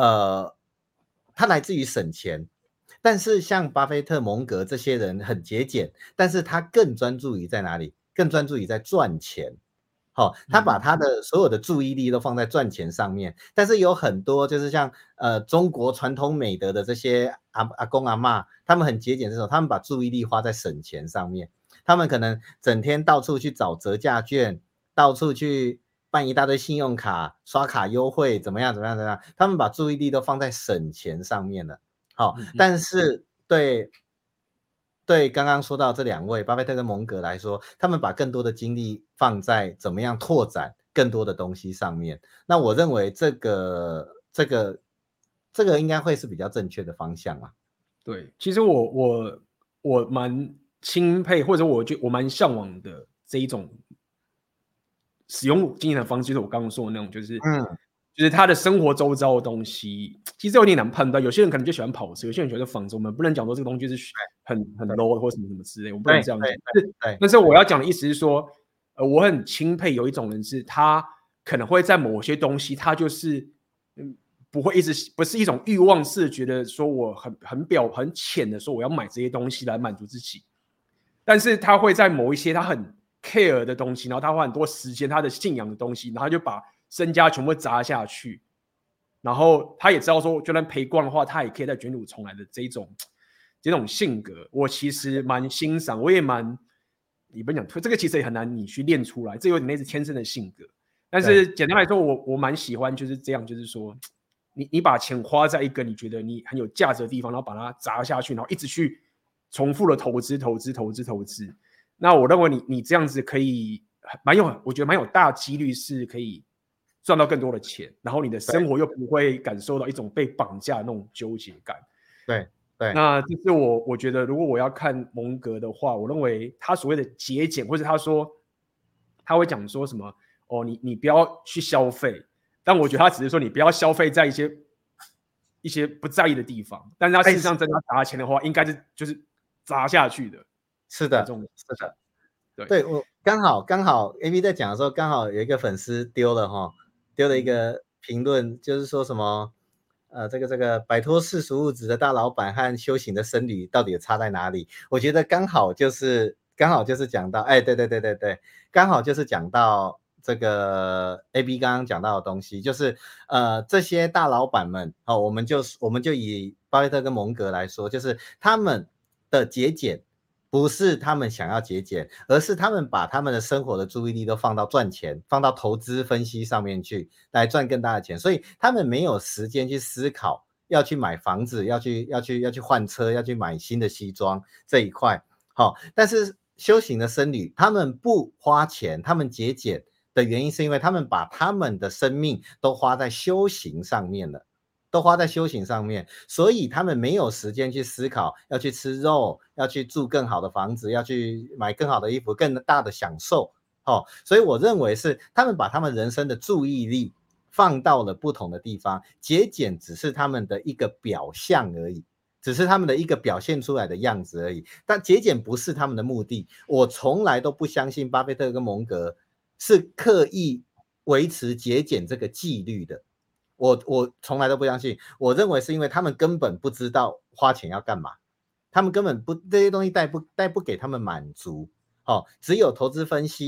[SPEAKER 2] 省钱。但是像巴菲特、蒙格这些人很节俭，但是他更专注于在哪里？更专注于在赚钱。好，他把他的所有的注意力都放在赚钱上面。但是有很多就是像中国传统美德的这些阿公阿嬷，他们很节俭的时候，他们把注意力花在省钱上面。他们可能整天到处去找折价券，到处去办一大堆信用卡，刷卡优惠，怎么样？他们把注意力都放在省钱上面了。好，但是对刚刚说到这两位巴菲特跟蒙格来说，他们把更多的精力放在怎么样拓展更多的东西上面。那我认为这个应该会是比较正确的方向啊。
[SPEAKER 1] 对，其实我蛮钦佩，或者我蛮向往的这一种使用金钱的方式，就是我刚刚说的那种，就是他的生活周遭的东西，其实有点难判断。有些人可能就喜欢跑车，有些人觉得房子，我们不能讲说这个东西是很 low 或什么之类，我们不能这样讲。但是我要讲的意思是说，我很钦佩有一种人是他可能会在某些东西，他就是不会一直不是一种欲望式，觉得说我很浅的说我要买这些东西来满足自己，但是他会在某一些他很 care 的东西，然后他花很多时间，他的信仰的东西，然后他就把身家全部砸下去，然后他也知道说，就算赔光的话，他也可以再卷土重来的这种性格，我其实蛮欣赏，我也蛮，你不讲这个其实也很难你去练出来，这有点类似天生的性格。但是简单来说，我蛮喜欢就是这样，就是说，你把钱花在一个你觉得你很有价值的地方，然后把它砸下去，然后一直去重复的投资。那我认为你这样子可以我觉得蛮有大几率是可以赚到更多的钱，然后你的生活又不会感受到一种被绑架的那种纠结感。
[SPEAKER 2] 对，
[SPEAKER 1] 那这是我觉得，如果我要看蒙格的话，我认为他所谓的节俭，或者他会讲说什么哦，你不要去消费，但我觉得他只是说你不要消费在一些不在意的地方，但是他事实上真的砸钱的话，应该是就是砸下去的。
[SPEAKER 2] 是的，对，我刚好 AB 在讲的时候，刚好有一个粉丝丢了一个评论，就是说什么这个摆脱世俗物质的大老板和修行的僧侣到底差在哪里？我觉得刚好就是讲到，对，刚好就是讲到这个 AB 刚刚讲到的东西，就是这些大老板们，我们就以巴菲特跟蒙格来说，就是他们的节俭不是他们想要节俭，而是他们把他们的生活的注意力都放到赚钱，放到投资分析上面去，来赚更大的钱，所以他们没有时间去思考要去买房子，要去换车，要去买新的西装这一块。但是修行的僧侣，他们不花钱，他们节俭的原因是因为他们把他们的生命都花在修行上面了。所以他们没有时间去思考要去吃肉，要去住更好的房子，要去买更好的衣服，更大的享受。所以我认为是他们把他们人生的注意力放到了不同的地方，节俭只是他们的一个表象而已，只是他们的一个表现出来的样子而已，但节俭不是他们的目的。我从来都不相信巴菲特跟蒙格是刻意维持节俭这个纪律的，我从来都不相信。我认为是因为他们根本不知道花钱要干嘛，他们根本不这些东西带不给他们满足。只有投资分析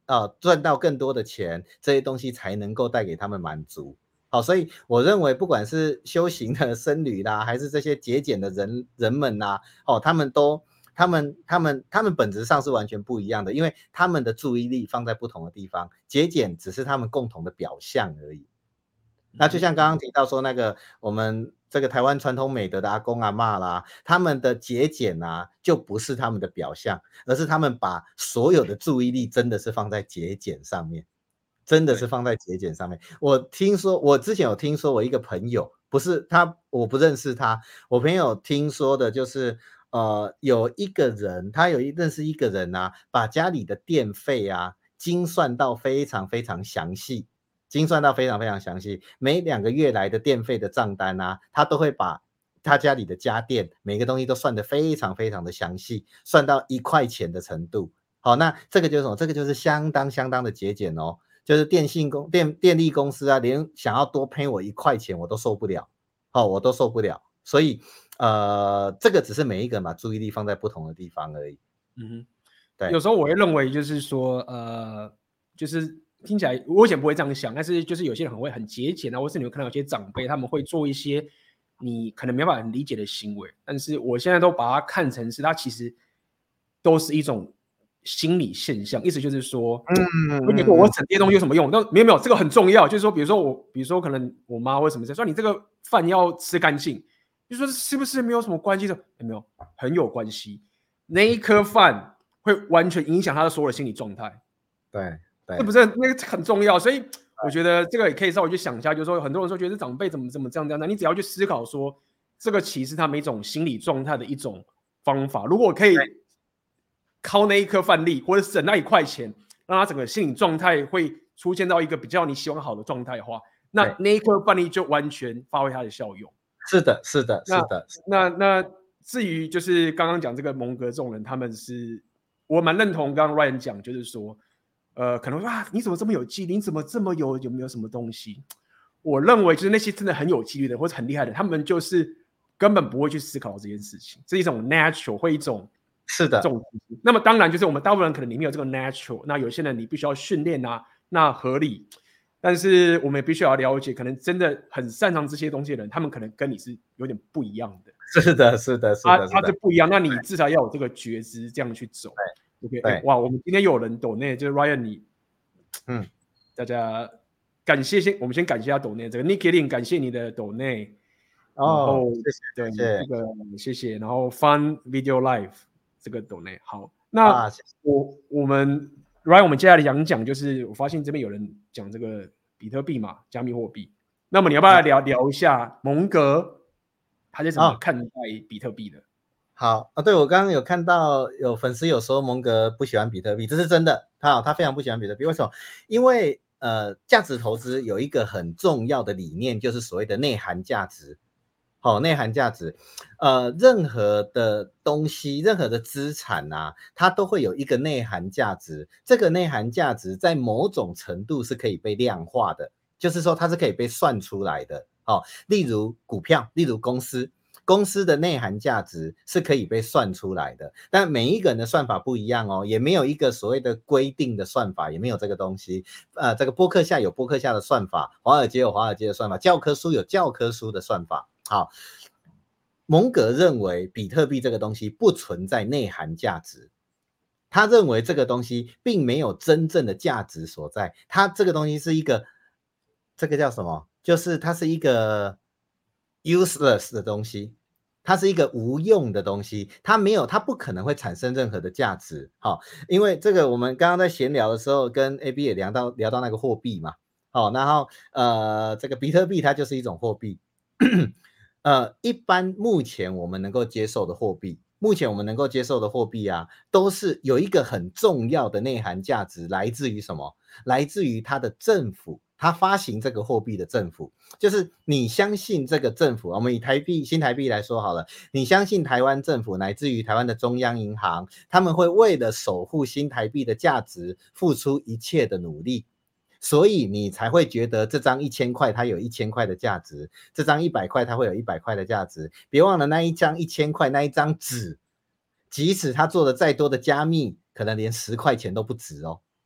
[SPEAKER 2] 赚到更多的钱，这些东西才能够带给他们满足。好，所以我认为不管是修行的僧侣啦，还是这些节俭的人们啦，他们本质上是完全不一样的，因为他们的注意力放在不同的地方，节俭只是他们共同的表象而已。那就像刚刚提到说那个我们这个台湾传统美德的阿公阿嬷啦，他们的节俭啊，就不是他们的表象，而是他们把所有的注意力真的是放在节俭上面，真的是放在节俭上面。我之前有听说我一个朋友，不是他，我不认识他，我朋友听说的就是有一个人，他认识一个人啊，把家里的电费啊精算到非常非常详细。精算到非常非常详细，每2个月来的电费的账单啊，他都会把他家里的家电每个东西都算得非常非常的详细，算到1块钱的程度。好，那这个就是什么？这个就是相当相当的节俭哦。就是电力公司啊，连想要多赔我1块钱我都受不了，我都受不了。所以这个只是每一个人把注意力放在不同的地方而已。
[SPEAKER 1] 对。有时候我会认为就是说就是听起来我以前不会这样想，但是就是有些人很节俭啊，或是你会看到有些长辈他们会做一些你可能没办法很理解的行为，但是我现在都把它看成是它其实都是一种心理现象，意思就是说，你说我省这些东西有什么用？没有，这个很重要。就是说，比如说可能我妈或什么说你这个饭要吃干净，就说是不是没有什么关系的？没有，很有关系。那一颗饭会完全影响他的所有的心理状态。
[SPEAKER 2] 对。
[SPEAKER 1] 是不是那个很重要？所以我觉得这个也可以稍微去想一下，就是说很多人说觉得长辈怎么这样，那你只要去思考说，这个其实他们一种心理状态的一种方法。如果可以靠那一颗饭粒或者省那1块钱，让他整个心理状态会出现到一个比较你希望好的状态的话，那一颗饭粒就完全发挥它的效用。
[SPEAKER 2] 是的。
[SPEAKER 1] 那至于就是刚刚讲这个蒙格这种人，他们是我蛮认同刚刚 Ryan 讲，就是说。可能说你怎么这么有纪律？你怎么这么有没有什么东西？我认为就是那些真的很有纪律的或者很厉害的，他们就是根本不会去思考这件事情，是一种 natural 或一种
[SPEAKER 2] 是的。
[SPEAKER 1] 那么当然就是我们大部分人可能你没有这个 natural， 那有些人你必须要训练啊，那合理。但是我们也必须要了解，可能真的很擅长这些东西的人，他们可能跟你是有点不一样的。
[SPEAKER 2] 是的。
[SPEAKER 1] 他就不一样，那你至少要有这个觉知，这样去走。OK， 哇，我们今天有人抖内，就是 Ryan 你，大家感谢我们先感谢他抖内，这个 Nicky Lin 感谢你的抖内，然后
[SPEAKER 2] 谢谢
[SPEAKER 1] 这个谢谢，然后 Fun Video Live 这个抖内好，那我们 Ryan 我们接下来讲就是我发现这边有人讲这个比特币嘛，加密货币，那么你要不要来聊一下蒙格他是怎么看待比特币的？
[SPEAKER 2] 好对，我刚刚有看到有粉丝有说蒙格不喜欢比特币，这是真的。他非常不喜欢比特币，为什么？因为价值投资有一个很重要的理念，就是所谓的内涵价值。内涵价值，任何的东西，任何的资产啊，它都会有一个内涵价值。这个内涵价值在某种程度是可以被量化的，就是说它是可以被算出来的。例如股票，例如公司的内涵价值是可以被算出来的，但每一个人的算法不一样哦，也没有一个所谓的规定的算法，也没有这个东西。这个波克夏有波克夏的算法，华尔街有华尔街的算法，教科书有教科书的算法。好，蒙格认为比特币这个东西不存在内涵价值，他认为这个东西并没有真正的价值所在，他这个东西是一个，这个叫什么？就是它是一个 useless 的东西，它是一个无用的东西，它不可能会产生任何的价值。因为这个我们刚刚在闲聊的时候跟 AB 也聊到那个货币嘛。然后这个比特币它就是一种货币。一般目前我们能够接受的货币啊，都是有一个很重要的内涵价值，来自于什么？来自于它的政府，它发行这个货币的政府，就是你相信这个政府。我们以新台币来说好了，你相信台湾政府乃至于台湾的中央银行，他们会为了守护新台币的价值付出一切的努力。所以你才会觉得这张1000块它有1000块的价值，这张100块它会有100块的价值。别忘了那一张1000块那一张纸，即使它做了再多的加密，可能连10块钱都不值哦。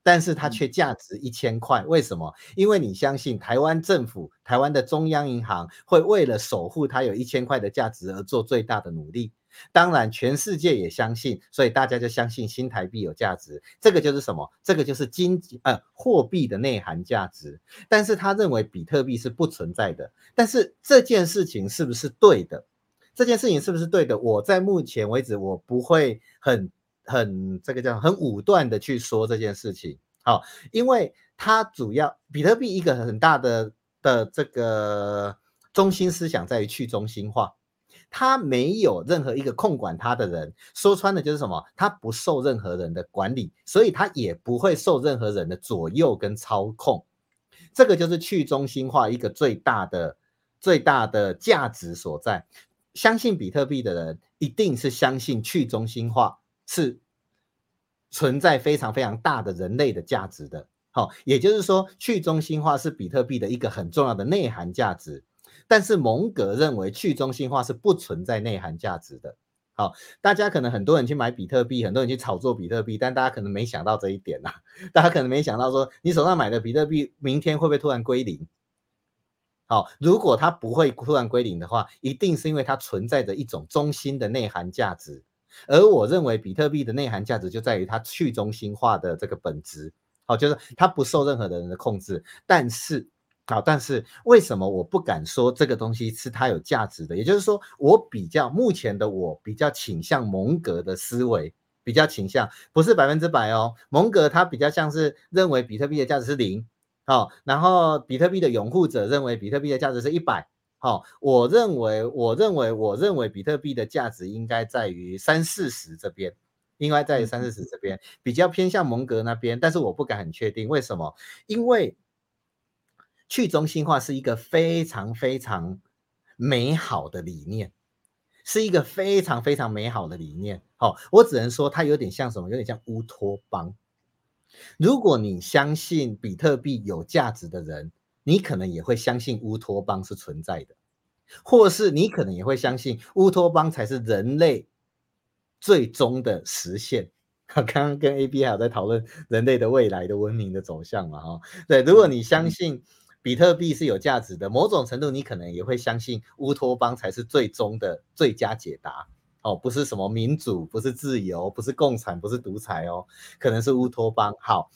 [SPEAKER 2] 但是它却价值1000块，为什么？因为你相信台湾政府、台湾的中央银行会为了守护它有1000块的价值而做最大的努力。当然全世界也相信，所以大家就相信新台币有价值。这个就是什么？这个就是货币的内涵价值。但是他认为比特币是不存在的。但是这件事情是不是对的？这件事情是不是对的？我在目前为止我不会很武断的去说这件事情。好，因为它主要比特币一个很大的这个中心思想在于去中心化。他没有任何一个控管他的人，说穿了就是什么？他不受任何人的管理，所以他也不会受任何人的左右跟操控。这个就是去中心化一个最大的价值所在。相信比特币的人一定是相信去中心化是存在非常非常大的人类的价值的。好，也就是说去中心化是比特币的一个很重要的内涵价值。但是蒙格认为去中心化是不存在内涵价值的。好，大家可能很多人去买比特币，很多人去炒作比特币，但大家可能没想到这一点啊，大家可能没想到说你手上买的比特币明天会不会突然归零。好，如果它不会突然归零的话，一定是因为它存在着一种中心的内涵价值。而我认为比特币的内涵价值就在于它去中心化的这个本质。好，就是它不受任何的人的控制。但是为什么我不敢说这个东西是它有价值的？也就是说，目前的我比较倾向蒙格的思维，比较倾向不是100%哦。蒙格他比较像是认为比特币的价值是0。好，然后比特币的拥护者认为比特币的价值是100。好，我认为比特币的价值应该在于30-40这边，应该在于30-40这边，比较偏向蒙格那边，但是我不敢很确定。为什么？因为去中心化是一个非常非常美好的理念，是一个非常非常美好的理念。好，我只能说它有点像什么？有点像乌托邦。如果你相信比特币有价值的人，你可能也会相信乌托邦是存在的，或是你可能也会相信乌托邦才是人类最终的实现。刚刚跟 AB 还有在讨论人类的未来的文明的走向嘛。对，如果你相信比特币是有价值的，某种程度你可能也会相信乌托邦才是最终的最佳解答。不是什么民主，不是自由，不是共产，不是独裁哦，可能是乌托邦。好，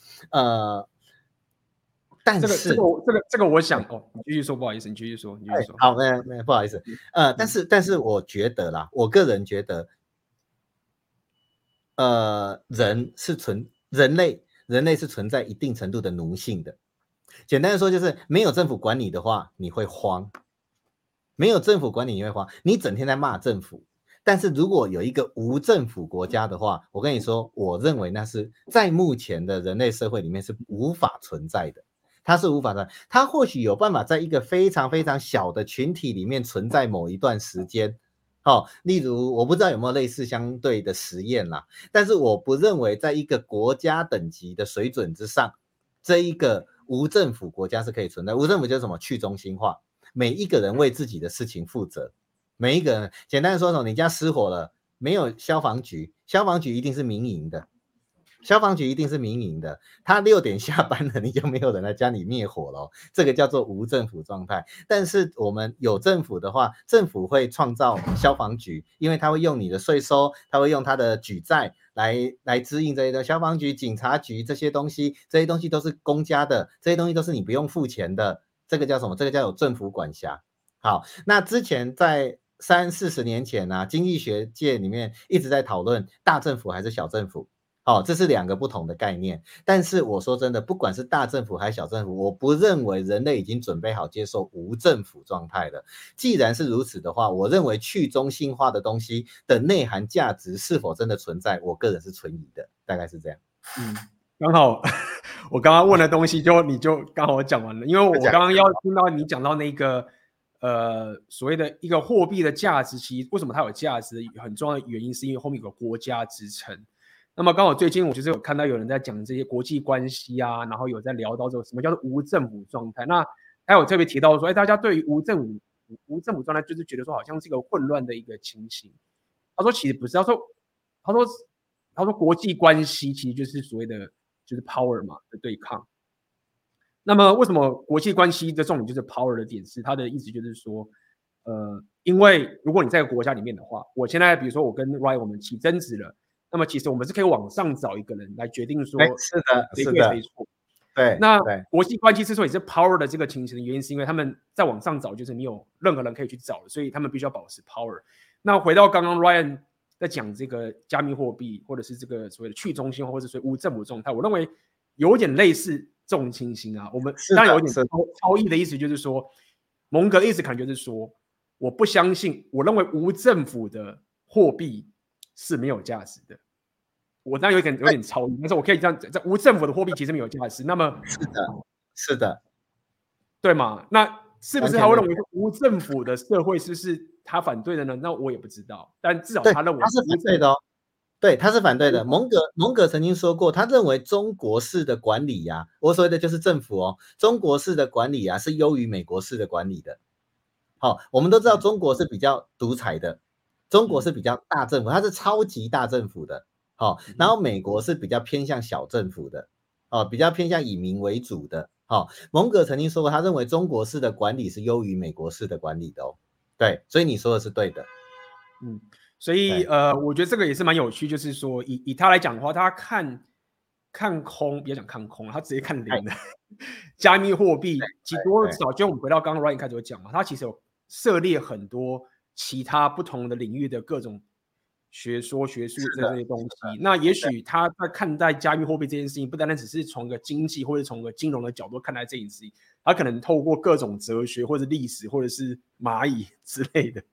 [SPEAKER 2] 但是
[SPEAKER 1] 这个我想你继续说，不好意思，你继续说。
[SPEAKER 2] 好，没不好意思。但是我觉得啦，我个人觉得，人类是存在一定程度的奴性的。简单的说，就是没有政府管你的话，你会慌；没有政府管你，你会慌。你整天在骂政府，但是如果有一个无政府国家的话，我跟你说，我认为那是在目前的人类社会里面是无法存在的。它是无法的，它或许有办法在一个非常非常小的群体里面存在某一段时间。例如我不知道有没有类似相对的实验啦，但是我不认为在一个国家等级的水准之上，这一个无政府国家是可以存在。无政府就是什么？去中心化，每一个人为自己的事情负责。每一个人，简单的说，你家失火了，没有消防局，消防局一定是民营的。消防局一定是民营的，他6点下班了，你就没有人来家里灭火了。这个叫做无政府状态。但是我们有政府的话，政府会创造消防局，因为他会用你的税收，他会用他的举债来支应这些的消防局、警察局这些东西，这些东西都是公家的，这些东西都是你不用付钱的。这个叫什么？这个叫有政府管辖。好，那之前在30-40年前啊，经济学界里面一直在讨论大政府还是小政府。这是2个不同的概念。但是我说真的，不管是大政府还是小政府，我不认为人类已经准备好接受无政府状态了。既然是如此的话，我认为去中心化的东西的内涵价值是否真的存在，我个人是存疑的，大概是这样。
[SPEAKER 1] 刚好我刚刚问的东西你就刚好讲完了，因为我刚刚要听到你讲到那个所谓的一个货币的价值，其实为什么它有价值，很重要的原因是因为后面有个国家支撑。那么刚好最近我就是有看到有人在讲这些国际关系啊，然后有在聊到这个什么叫做无政府状态。那还有特别提到说，大家对于无政府状态就是觉得说好像是一个混乱的一个情形。他说其实不是，他说国际关系其实就是所谓的就是 power 嘛的对抗。那么为什么国际关系的重点就是 power 的点是，它的意思就是说，因为如果你在一个国家里面的话，我现在比如说我跟 Ryan 我们起争执了，那么其实我们是可以往上找一个人来决定说
[SPEAKER 2] 是的，
[SPEAKER 1] 谁
[SPEAKER 2] 是的，
[SPEAKER 1] 对谁错。
[SPEAKER 2] 对
[SPEAKER 1] 那
[SPEAKER 2] 对，
[SPEAKER 1] 国际关系之所以是 power 的这个情形的原因，是因为他们在往上找，就是你有任何人可以去找的，所以他们必须要保持 power。那回到刚刚 Ryan 在讲这个加密货币，或者是这个所谓的去中心化，或者是无政府状态，我认为有点类似这种情形啊。我们当然有点超意的意思，就是说，蒙格的意思可能就是说，我不相信，我认为无政府的货币是没有价值的。我当然有点超意，但是我可以这样讲，无政府的货币其实没有价值。那么
[SPEAKER 2] 是的，是的，
[SPEAKER 1] 对嘛？那是不是他会认为无政府的社会是不是他反对的呢？那我也不知道，但至少他认为
[SPEAKER 2] 他是反对的哦。对，他是反对的。蒙格曾经说过，他认为中国式的管理呀，我所谓的就是政府哦，中国式的管理是优于美国式的管理的。好，我们都知道中国是比较独裁的，中国是比较大政府，它是超级大政府的。好，然后美国是比较偏向小政府的，比较偏向以民为主的。好，蒙格曾经说过，他认为中国式的管理是优于美国式的管理的哦。对，所以你说的是对的。
[SPEAKER 1] 所以我觉得这个也是蛮有趣，就是说以他来讲的话，他看空，别讲看空，他直接看零的加密货币。其实多少，就我们回到刚刚 Ryan 开始有讲嘛，他其实有涉猎很多其他不同的领域的各种学术这些东西。那也许他在看待加密货币这件事情，不单单只是从个经济或者从个金融的角度看待这件事情，他可能透过各种哲学或者历史或者是蚂蚁之类的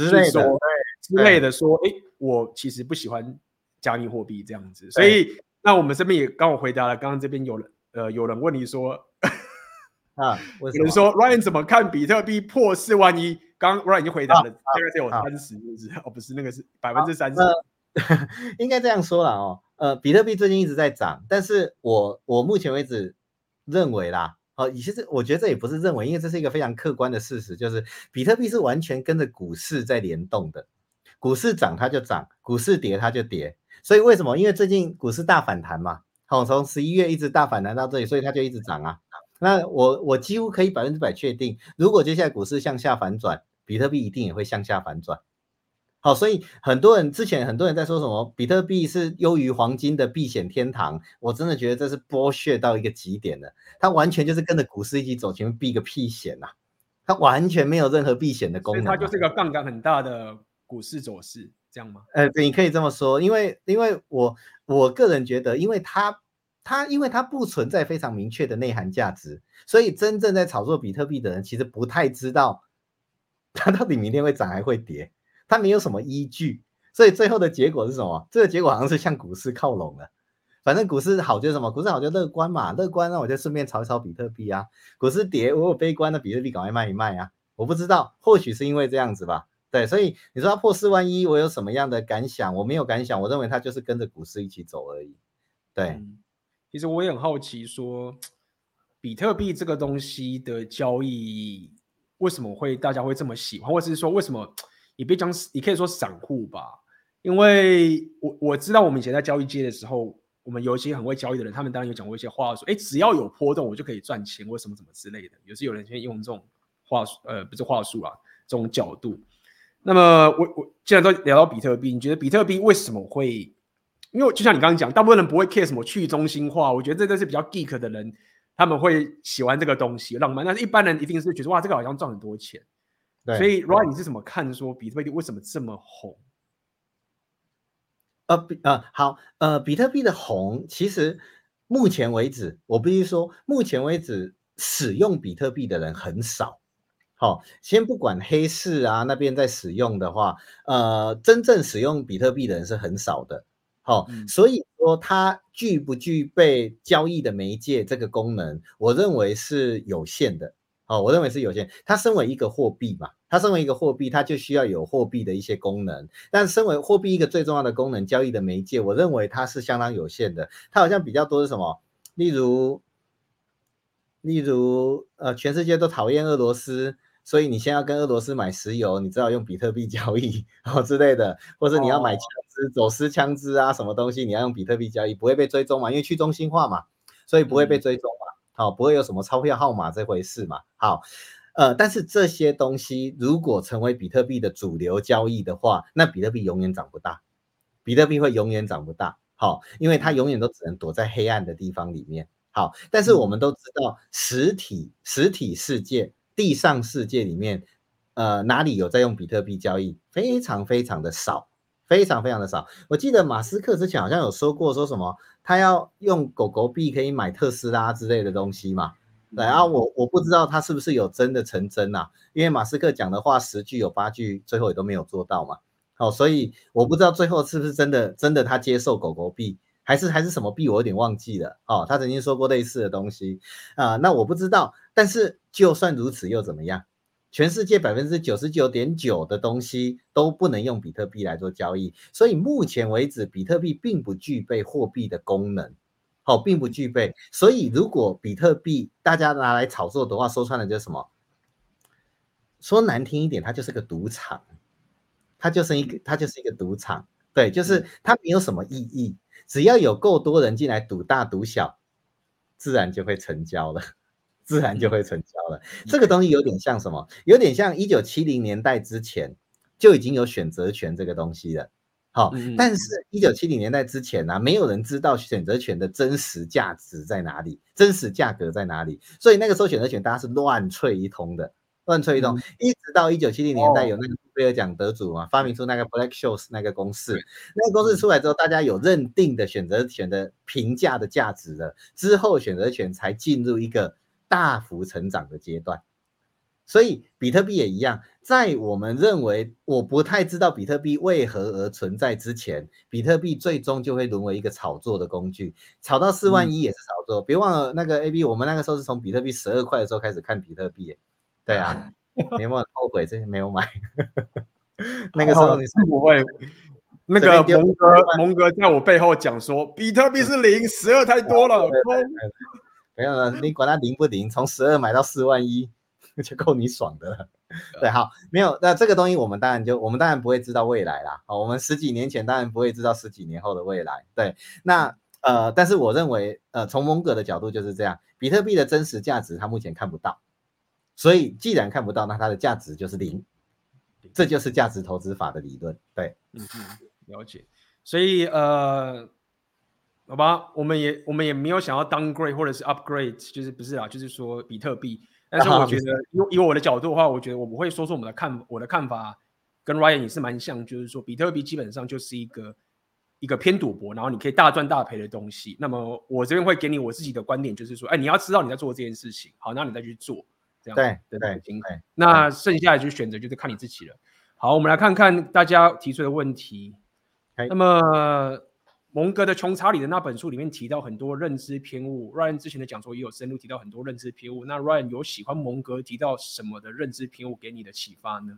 [SPEAKER 1] 说，我其实不喜欢加密货币这样子。所以那我们这边也刚好回答了，刚刚这边有人问你说有人说 Ryan 怎么看比特币破4万1？刚刚 Ryan 已经回答了，大概是有30%，是不是？不是，那个是30%。
[SPEAKER 2] 应该这样说啦哦，比特币最近一直在涨，但是我目前为止认为啦，其实我觉得这也不是认为，因为这是一个非常客观的事实，就是比特币是完全跟着股市在联动的，股市涨它就涨，股市跌它就跌。所以为什么？因为最近股市大反弹嘛，从11月一直大反弹到这里，所以它就一直涨啊。那我几乎可以100%确定，如果接下来股市向下反转，比特币一定也会向下反转。好，所以之前很多人在说什么比特币是优于黄金的避险天堂，我真的觉得这是bullshit到一个极点了。它完全就是跟着股市一起走，前面避个屁险啊！它完全没有任何避险的功能，
[SPEAKER 1] 它就是一个杠杆很大的股市走势，这样吗？
[SPEAKER 2] 你可以这么说，因为我个人觉得，因为它不存在非常明确的内涵价值，所以真正在炒作比特币的人其实不太知道它到底明天会涨还会跌。它没有什么依据，所以最后的结果是什么？这个结果好像是向股市靠拢了。反正股市好就是什么？股市好就乐观嘛，乐观那我就顺便炒一炒比特币啊。股市跌，我有悲观的比特币赶快卖一卖啊。我不知道，或许是因为这样子吧。对，所以你说它破4万1，我有什么样的感想？我没有感想，我认为它就是跟着股市一起走而已。对，
[SPEAKER 1] 其实我也很好奇说，比特币这个东西的交易为什么大家会这么喜欢，或者是说为什么？你可以说散户吧，因为我知道我们以前在交易街的时候，我们有一些很会交易的人，他们当然有讲过一些话，说，只要有波动，我就可以赚钱，或什么之类的。有人先用这种不是话术啦，这种角度。那么我既然都聊到比特币，你觉得比特币为什么会？因为就像你刚刚讲，大部分人不会 care 什么去中心化，我觉得这都是比较 geek 的人，他们会喜欢这个东西浪漫，但是一般人一定是觉得哇，这个好像赚很多钱。所以 Ryan 你是怎么看说比特币为什么这么红？
[SPEAKER 2] 好，比特币的红，其实目前为止，我必须说，目前为止使用比特币的人很少。好，先不管黑市啊那边在使用的话，真正使用比特币的人是很少的。好，所以说它具不具备交易的媒介这个功能，我认为是有限的。我认为是有限。它身为一个货币嘛，它就需要有货币的一些功能。但身为货币一个最重要的功能，交易的媒介，我认为它是相当有限的。它好像比较多是什么？例如，全世界都讨厌俄罗斯，所以你先要跟俄罗斯买石油，你只好用比特币交易之类的，或者你要买枪走私枪支啊，什么东西你要用比特币交易，不会被追踪嘛，因为去中心化嘛，所以不会被追踪嘛。好，不会有什么钞票号码这回事嘛。好，但是这些东西如果成为比特币的主流交易的话，那比特币永远长不大，比特币会永远长不大。好，因为它永远都只能躲在黑暗的地方里面。好，但是我们都知道实体世界、地上世界里面，哪里有在用比特币交易？非常非常的少，非常非常的少。我记得马斯克之前好像有说过，说什么他要用狗狗币可以买特斯拉之类的东西嘛。对啊，我不知道他是不是有真的成真啊，因为马斯克讲的话10句有8句最后也都没有做到嘛。好，所以我不知道最后是不是真的他接受狗狗币，还是什么币，我有点忘记了。哦，他曾经说过类似的东西那我不知道。但是就算如此又怎么样？全世界99.9%的东西都不能用比特币来做交易，所以目前为止，比特币并不具备货币的功能。好，并不具备。所以如果比特币大家拿来炒作的话，说穿了就是什么？说难听一点，它就是个赌场。它就是一个赌场。对，就是它没有什么意义，只要有够多人进来赌大赌小，自然就会成交了，自然就会成交了。这个东西有点像什么？有点像1970年代之前就已经有选择权这个东西了。好，但是1970年代之前没有人知道选择权的真实价值在哪里，真实价格在哪里，所以那个时候选择权大家是乱吹一通的。乱吹一通，一直到1970年代有那个诺贝尔奖得主嘛，发明出那个 Black-Scholes 那个公式，那个公式出来之后，大家有认定的选择权的评价的价值了，之后选择权才进入一个大幅成长的阶段。所以比特币也一样，在我们认为我不太知道比特币为何而存在之前，比特币最终就会沦为一个炒作的工具，炒到4万1也是炒作。别忘了那个 AB， 我们那个时候是从比特币12块的时候开始看比特币。对啊，你有没有很后悔这些没有买？那个时候你是
[SPEAKER 1] 不会。那个蒙哥在我背后讲说，比特币是0， 12太多了。
[SPEAKER 2] 没有了，你管它灵不灵，从12买到4万1就够你爽的了。对，好，没有，那这个东西我们当然不会知道未来啦。我们10几年前当然不会知道10几年后的未来。对，那但是我认为从蒙哥的角度就是这样，比特币的真实价值他目前看不到，所以既然看不到，那它的价值就是0，这就是价值投资法的理论。对，
[SPEAKER 1] 了解。所以好吧，我们也没有想要 downgrade 或者是 upgrade， 就是不是啦，就是说比特币。但是我觉得以我的角度的话，我觉得我不会说出我的看法跟 Ryan 也是蛮像，就是说比特币基本上就是一个偏赌博，然后你可以大赚大赔的东西。那么我这边会给你我自己的观点，就是说，你要知道你在做这件事情，好，那你再去做，这样对。那剩下的就选择就是看你自己了。好，我们来看看大家提出的问题。那么蒙哥的《穷查理》的那本书里面提到很多认知偏误 ，Ryan 之前的讲座也有深入提到很多认知偏误。那 Ryan 有喜欢蒙哥提到什么的认知偏误给你的启发呢？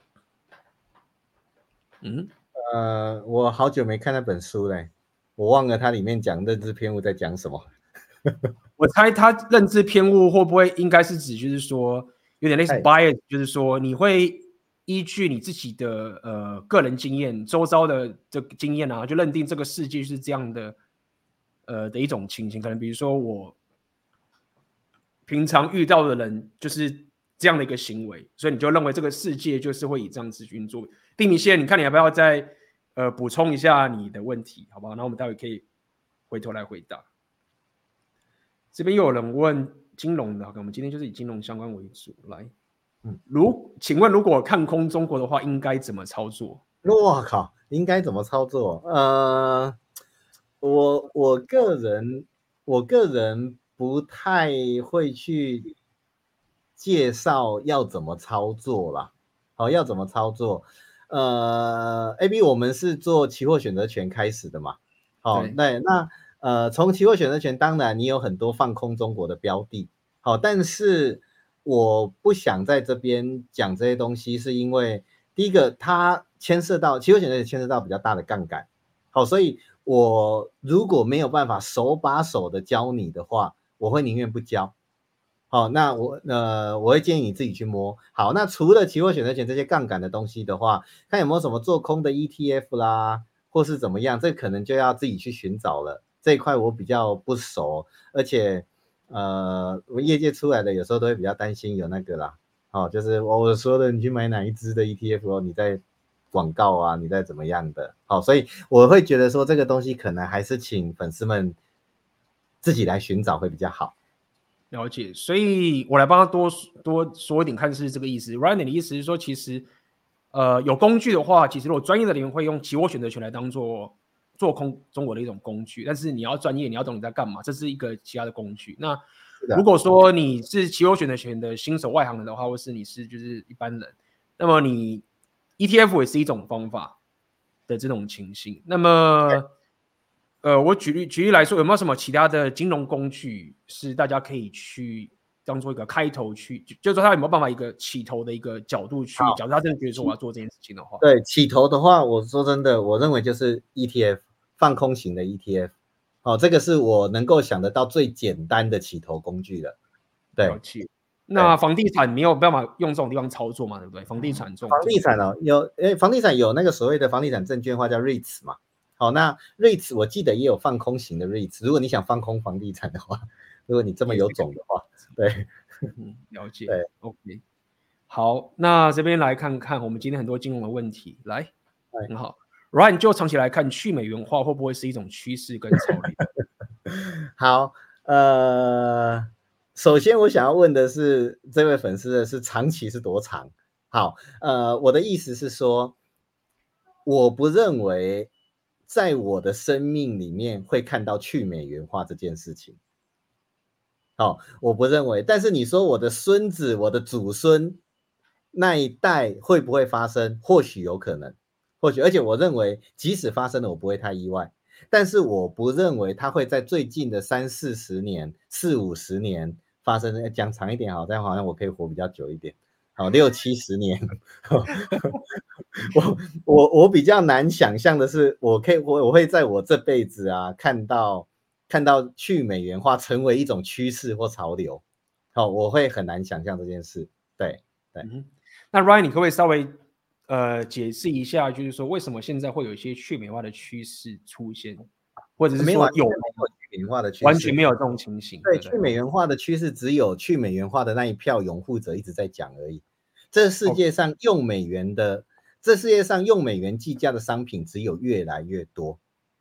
[SPEAKER 2] 我好久没看那本书嘞，我忘了它里面讲认知偏误在讲什么。
[SPEAKER 1] 我猜他认知偏误会不会应该是指就是说有点类似 bias，就是说你会依据你自己的个人经验、周遭的这个经验就认定这个世界是这样的的一种情形。可能比如说我平常遇到的人就是这样的一个行为，所以你就认为这个世界就是会以这样子运作。丁米线，你看你要不要再补充一下你的问题，好不好？那我们待会可以回头来回答。这边又有人问金融的，我们今天就是以金融相关为主。来，请问如果看空中国的话，应该怎么操作？
[SPEAKER 2] 我靠，应该怎么操作？我个人不太会去介绍要怎么操作啦。好，要怎么操作？AB 我们是做期货选择权开始的嘛。好，对，那从期货选择权，当然你有很多放空中国的标的。好，但是我不想在这边讲这些东西，是因为第一个它牵涉到期货选择权牵涉到比较大的杠杆。好，所以我如果没有办法手把手的教你的话，我会宁愿不教。好，那我会建议你自己去摸。好，那除了期货选择权这些杠杆的东西的话，看有没有什么做空的 ETF 啦， 或是怎么样，这可能就要自己去寻找了。这一块我比较不熟，而且我业界出来的有时候都会比较担心有那个啦，就是我说的你去买哪一支的 ETF 你在广告啊，你在怎么样的，所以我会觉得说这个东西可能还是请粉丝们自己来寻找会比较好。
[SPEAKER 1] 了解，所以我来帮他多说一点，看是这个意思。Ryan 的意思是说，其实有工具的话，其实如果专业的人会用期货选择权来当做空中国的一种工具，但是你要专业，你要懂你在干嘛，这是一个其他的工具。那如果说你是期货选择权的新手外行人的话，或是你是就是一般人，那么你 ETF 也是一种方法的这种情形。那么我举例来说，有没有什么其他的金融工具是大家可以去当做一个开头去，就是说他有没有办法一个起头的一个角度去，假如他真的觉得说我要做这件事情的话，
[SPEAKER 2] 对，起头的话，我说真的，我认为就是 ETF 放空型的 ETF，这个是我能够想得到最简单的起头工具了。对，
[SPEAKER 1] 那房地产没有办法用这种地方操作嘛，对不对？房地产这种，
[SPEAKER 2] 房地产有那个所谓的房地产证券化叫 REITs 嘛。好，那 REITs 我记得也有放空型的 REITs， 如果你想放空房地产的话，如果你这么有种的话，对，
[SPEAKER 1] 了解，
[SPEAKER 2] 对
[SPEAKER 1] ，OK。好，那这边来看看我们今天很多金融的问题，来，很好。Ryan 就长期来看，去美元化会不会是一种趋势跟潮流？
[SPEAKER 2] 好，首先我想要问的是，这位粉丝的是长期是多长？好，我的意思是说，我不认为在我的生命里面会看到去美元化这件事情。我不认为。但是你说我的孙子、我的祖孙那一代会不会发生？或许有可能，或许，而且我认为即使发生了，我不会太意外。但是我不认为它会在最近的30-40年、40-50年发生。讲长一点好，这样好像我可以活比较久一点。好，60-70年。我比较难想象的是，我会在我这辈子啊看到去美元化成为一种趋势或潮流。我会很难想象这件事。对。
[SPEAKER 1] 那 Ryan 你可不可以稍微解释一下，就是说为什么现在会有一些去美化的趋势出现，或者是说有
[SPEAKER 2] 去美元化的趋势，
[SPEAKER 1] 完全没有这种情形？
[SPEAKER 2] 对，去美元化的趋势只有去美元化的那一票拥护者一直在讲而已。这世界上用美元计价的商品只有越来越多。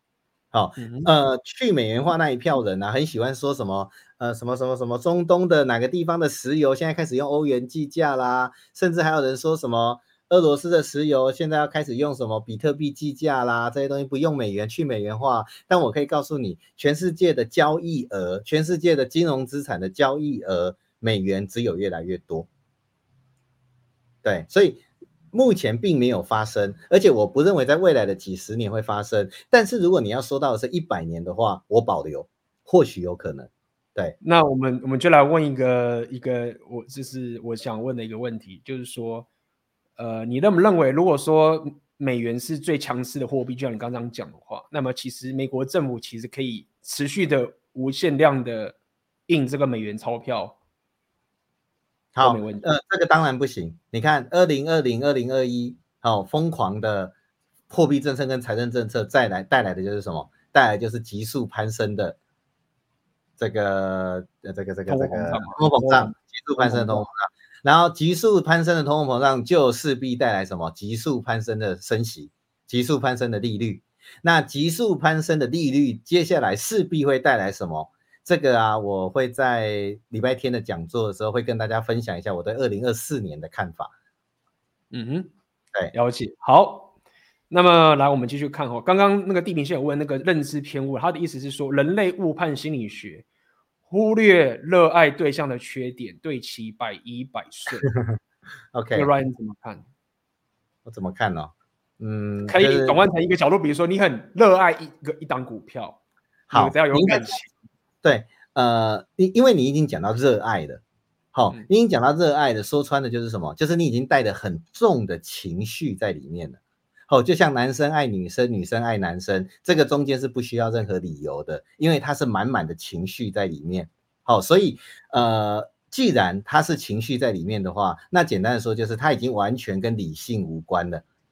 [SPEAKER 2] 去美元化那一票人啊，很喜欢说什么什么中东的哪个地方的石油现在开始用欧元计价啦，甚至还有人说什么俄罗斯的石油现在要开始用什么比特币计价啦，这些东西不用美元，去美元化。但我可以告诉你，全世界的交易额，全世界的金融资产的交易额，美元只有越来越多。对，所以目前并没有发生，而且我不认为在未来的几十年会发生。但是如果你要说到的是100年的话，我保留，或许有可能。对，
[SPEAKER 1] 那我们就来问一个我想问的一个问题，就是说，你认不认为，如果说美元是最强势的货币，就像你刚刚讲的话，那么其实美国政府其实可以持续的无限量的印这个美元钞票？
[SPEAKER 2] 好，这个当然不行。你看2020、2021，疯狂的货币政策跟财政政策带来的就是什么？带来就是急速攀升的这个通货膨胀，急速攀升的通货膨胀。然后急速攀升的通货膨胀就势必带来什么？急速攀升的升息，急速攀升的利率。那急速攀升的利率，接下来势必会带来什么？这个啊，我会在礼拜天的讲座的时候会跟大家分享一下我对2024年的看法。
[SPEAKER 1] 对，了解。好，那么来我们继续看刚刚那个地平线有问那个认知偏误，他的意思是说人类误判心理学，忽略热爱对象的缺点，对其百依百顺。
[SPEAKER 2] OK，
[SPEAKER 1] 这个 Ryan 怎么看？
[SPEAKER 2] 我怎么看呢？
[SPEAKER 1] 可以转换成一个角度，比如说你很热爱一档股票，
[SPEAKER 2] 好，
[SPEAKER 1] 你只要有感情。
[SPEAKER 2] 对，因为你已经讲到热爱了，你已经讲到热爱的，说穿的就是什么？就是你已经带着很重的情绪在里面了。就像男生爱女生，女生爱男生，这个中间是不需要任何理由的，因为它是满满的情绪在里面。所以既然它是情绪在里面的话，那简单的说就是它已经完全跟理性无关了。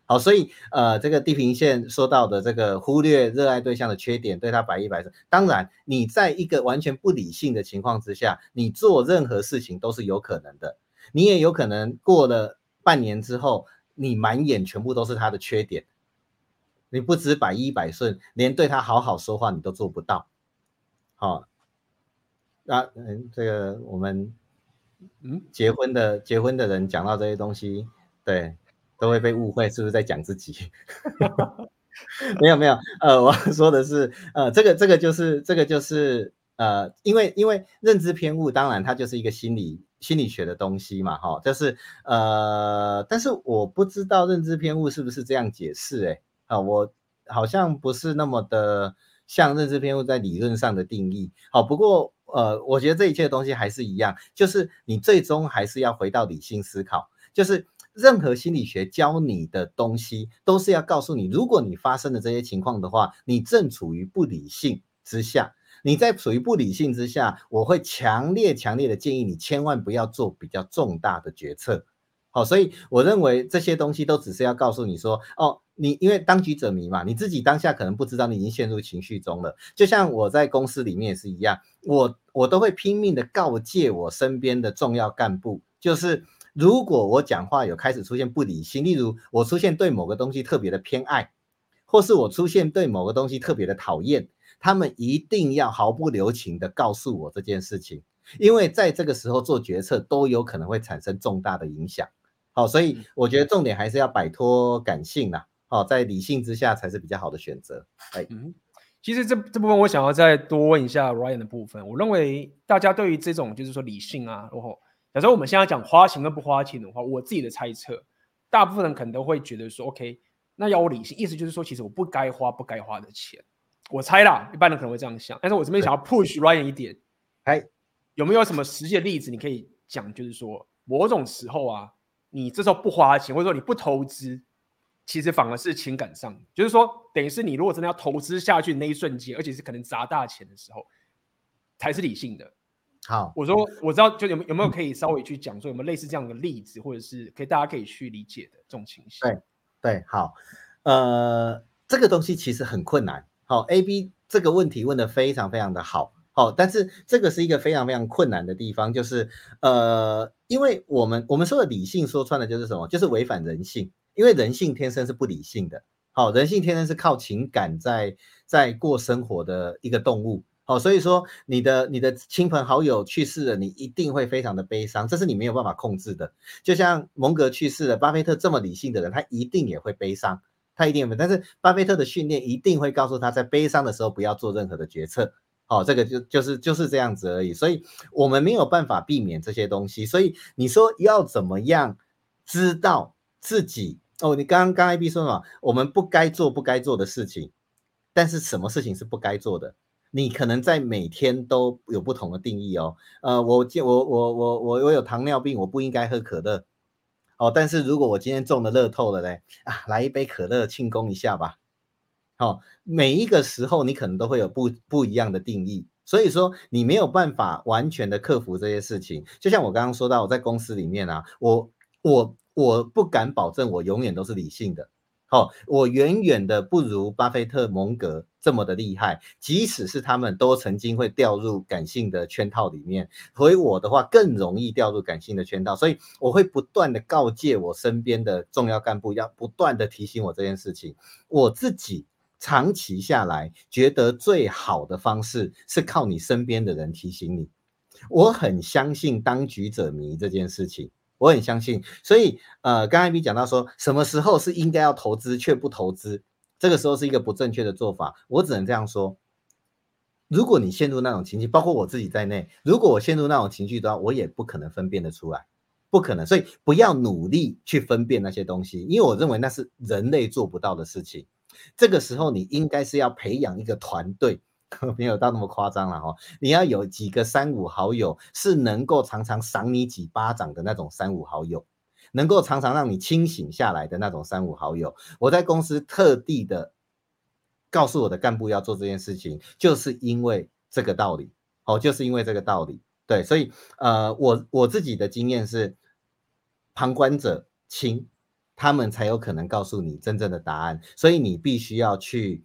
[SPEAKER 2] 好，所以这个地平线说到的这个忽略热爱对象的缺点，对他100%，当然你在一个完全不理性的情况之下，你做任何事情都是有可能的，你也有可能过了半年之后，你满眼全部都是他的缺点，你不止100%，连对他好好说话你都做不到。好，那这个我们结婚的人讲到这些东西，对，都会被误会是不是在讲自己？没有没有，我说的是，这个就是因为认知偏误，当然它就是一个心理学的东西嘛，哈，就是但是我不知道认知偏误是不是这样解释，我好像不是那么的像认知偏误在理论上的定义，好，不过我觉得这一切的东西还是一样，就是你最终还是要回到理性思考，就是任何心理学教你的东西，都是要告诉你，如果你发生的这些情况的话，你正处于不理性之下。你在处于不理性之下，我会强烈的建议你千万不要做比较重大的决策。好，所以我认为这些东西都只是要告诉你说，你因为当局者迷嘛，你自己当下可能不知道你已经陷入情绪中了。就像我在公司里面也是一样，我都会拼命的告诫我身边的重要干部，就是如果我讲话有开始出现不理性，例如我出现对某个东西特别的偏爱，或是我出现对某个东西特别的讨厌，他们一定要毫不留情的告诉我这件事情，因为在这个时候做决策都有可能会产生重大的影响。好，所以我觉得重点还是要摆脱感性啦，好，在理性之下才是比较好的选择。
[SPEAKER 1] 其实这部分我想要再多问一下 Ryan 的部分。我认为大家对于这种就是说理性啊，然后假设我们现在讲花钱跟不花钱的话，我自己的猜测，大部分人可能都会觉得说 OK， 那要我理性，意思就是说其实我不该花的钱，我猜啦，一般人可能会这样想。但是我这边想要 push Ryan 一点，有没有什么实际的例子你可以讲，就是说某种时候啊，你这时候不花钱，或者说你不投资，其实反而是情感上，就是说，等于是你如果真的要投资下去的那一瞬间，而且是可能砸大钱的时候，才是理性的。
[SPEAKER 2] 好，
[SPEAKER 1] 我说我知道，就有没有可以稍微去讲说有没有类似这样的例子，或者是大家可以去理解的这种情形？
[SPEAKER 2] 对，好，这个东西其实很困难。好，AB 这个问题问得非常的好。好，但是这个是一个非常困难的地方，就是因为我们说的理性说穿了就是什么？就是违反人性，因为人性天生是不理性的。好，人性天生是靠情感在过生活的一个动物。好，所以说你的亲朋好友去世了，你一定会非常的悲伤，这是你没有办法控制的。就像蒙格去世了，巴菲特这么理性的人，他一定也会悲伤，他一定会。但是巴菲特的训练一定会告诉他，在悲伤的时候不要做任何的决策。好，这个就是这样子而已。所以我们没有办法避免这些东西。所以你说要怎么样知道自己？你刚 AB 说嘛，我们不该做的事情，但是什么事情是不该做的？你可能在每天都有不同的定义哦。我有糖尿病，我不应该喝可乐。但是如果我今天中了乐透了嘞，来一杯可乐庆功一下吧。每一个时候你可能都会有不一样的定义，所以说你没有办法完全的克服这些事情。就像我刚刚说到，我在公司里面啊，我不敢保证我永远都是理性的。我远远的不如巴菲特、蒙格这么的厉害，即使是他们都曾经会掉入感性的圈套里面，所以我的话更容易掉入感性的圈套，所以我会不断的告诫我身边的重要干部，要不断的提醒我这件事情。我自己长期下来觉得最好的方式是靠你身边的人提醒你。我很相信当局者迷这件事情，我很相信。所以刚才你讲到说什么时候是应该要投资却不投资，这个时候是一个不正确的做法。我只能这样说，如果你陷入那种情绪，包括我自己在内，如果我陷入那种情绪的话，我也不可能分辨得出来，不可能。所以不要努力去分辨那些东西，因为我认为那是人类做不到的事情。这个时候你应该是要培养一个团队，没有到那么夸张了。你要有几个3、5好友是能够常常赏你几巴掌的那种3、5好友，能够常常让你清醒下来的那种3、5好友。我在公司特地的告诉我的干部要做这件事情，就是因为这个道理。就是因为这个道理。对，所以我自己的经验是旁观者清， 他们才有可能告诉你真正的答案。所以你必须要去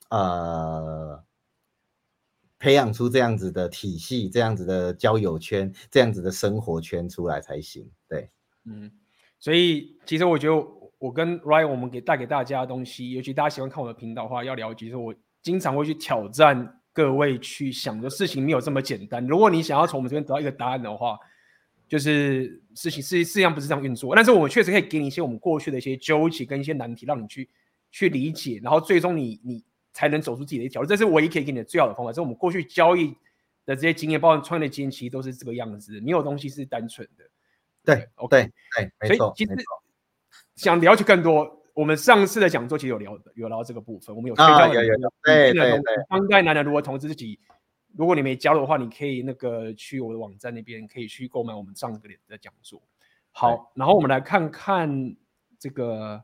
[SPEAKER 2] 培养出这样子的体系，这样子的交友圈，这样子的生活圈出来才行。对，
[SPEAKER 1] 所以其实我觉得我跟 Ryan 我们带给大家的东西，尤其大家喜欢看我的频道的话，要了解，说我经常会去挑战各位去想的事情没有这么简单。如果你想要从我们这边得到一个答案的话，就是事实上不是这样运作。但是我们确实可以给你一些我们过去的一些纠结跟一些难题，让你去理解，然后最终你才能走出自己的一条路。这是唯一可以给你的最好的方法。这是我们过去交易的这些经验，包括创业的经验，其实都是这个样子。没有东西是单纯的。
[SPEAKER 2] 对
[SPEAKER 1] ，OK，
[SPEAKER 2] 对，没错。
[SPEAKER 1] 所以其实想了解更多，我们上次的讲座其实有聊到这个部分，我们有推销
[SPEAKER 2] 对，
[SPEAKER 1] 当代男人如何投资自己。如果你没加入的话，你可以去我的网站那边可以去购买我们上个月的讲座。好，然后我们来看看这个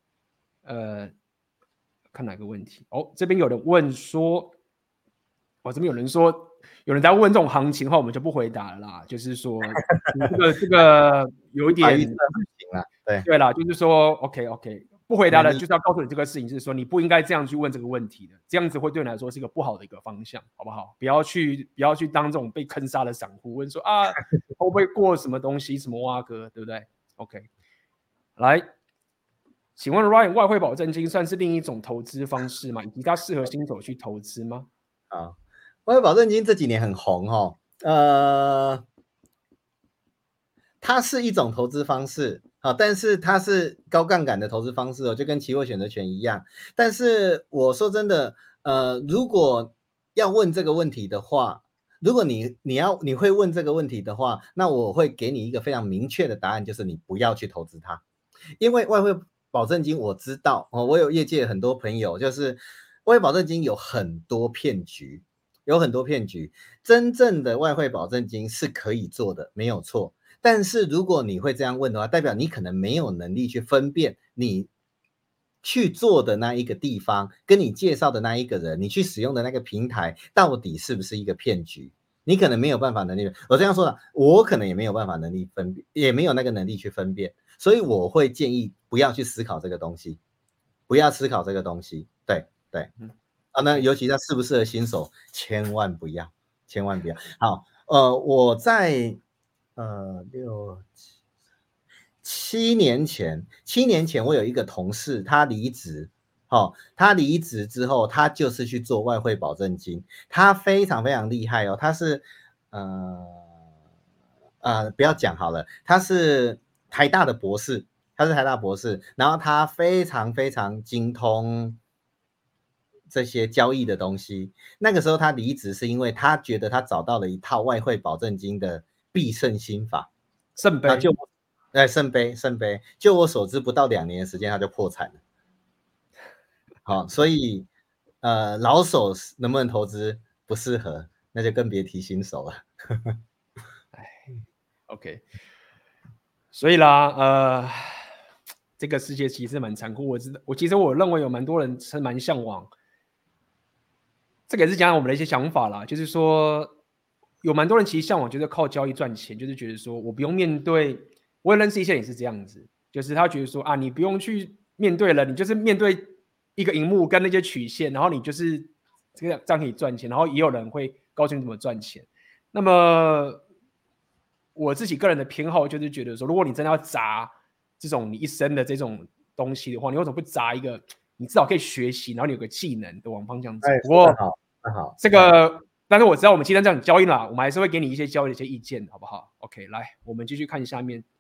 [SPEAKER 1] 看哪个问题。这边有人问说，这边有人说，有人在问这种行情的话，我们就不回答了啦。就是说，这个有一点对啦，就是说 OK， 不回答了，就是要告诉你这个事情，是说你不应该这样去问这个问题的，这样子会对你来说是一个不好的一个方向，好不好？不要去当这种被坑杀的散户，问说会不会过什么东西，什么蛙哥，对不对 ？OK， 来，请问 Ryan， 外汇保证金算是另一种投资方式吗？以及它适合新手去投资吗？
[SPEAKER 2] 外汇保证金这几年很红它是一种投资方式，但是它是高杠杆的投资方式就跟期货选择权一样。但是我说真的，如果要问这个问题的话，如果你会问这个问题的话，那我会给你一个非常明确的答案，就是你不要去投资它。因为外汇保证金我知道我有业界很多朋友，就是外汇保证金有很多骗局，真正的外汇保证金是可以做的，没有错。但是如果你会这样问的话，代表你可能没有能力去分辨你去做的那一个地方跟你介绍的那一个人，你去使用的那个平台到底是不是一个骗局，你可能没有办法能力。我这样说了，我可能也没有办法能力分辨，也没有那个能力去分辨，所以我会建议不要去思考这个东西，对，那尤其它适不适合新手，千万不要。好，我在7年前我有一个同事，他离职之后，他就是去做外汇保证金，他非常非常厉害他是不要讲好了，他是台大的博士，然后他非常非常精通这些交易的东西。那个时候他离职是因为他觉得他找到了一套外汇保证金的必胜心法，
[SPEAKER 1] 圣杯，
[SPEAKER 2] 圣杯，就我所知不到2年的时间他就破产了。好，所以老手能不能投资不适合，那就更别提新手了。
[SPEAKER 1] OK， 所以啦，这个世界其实蛮残酷。其实我认为有蛮多人是蛮向往，这个也是讲我们的一些想法啦，就是说有蛮多人其实向往就是靠交易赚钱，就是觉得说我不用面对。我也认识一些人也是这样子，就是他觉得说你不用去面对了，你就是面对一个荧幕跟那些曲线，然后你就是这样可以赚钱，然后也有人会告诉你怎么赚钱。那么我自己个人的偏好就是觉得说，如果你真的要砸这种你一生的这种东西的话，你为什么不砸一个你至少可以学习，然后你有个技能的往方向走？不过这个，但是我知道我们今天这样交易啦，我们还是会给你一些交易的一些意见，好不好 ？OK， 来，我们继续看下面。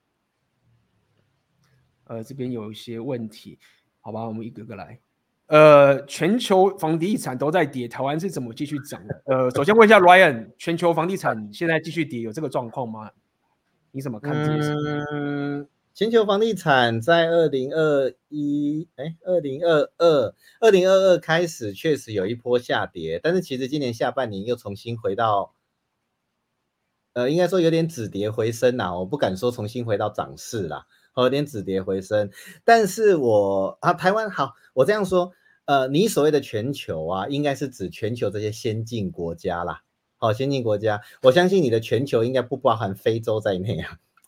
[SPEAKER 1] 这边有一些问题，好吧，我们一个个来。全球房地产都在跌，台湾是怎么继续涨的？首先问一下 Ryan， 全球房地产现在继续跌，有这个状况吗？你怎么看这件事情？
[SPEAKER 2] 全球房地产在2022开始确实有一波下跌，但是其实今年下半年又重新回到，应该说有点止跌回升啦，我不敢说重新回到涨势啦，有点止跌回升。但是台湾好，我这样说，你所谓的全球应该是指全球这些先进国家啦。先进国家，我相信你的全球应该不包含非洲在内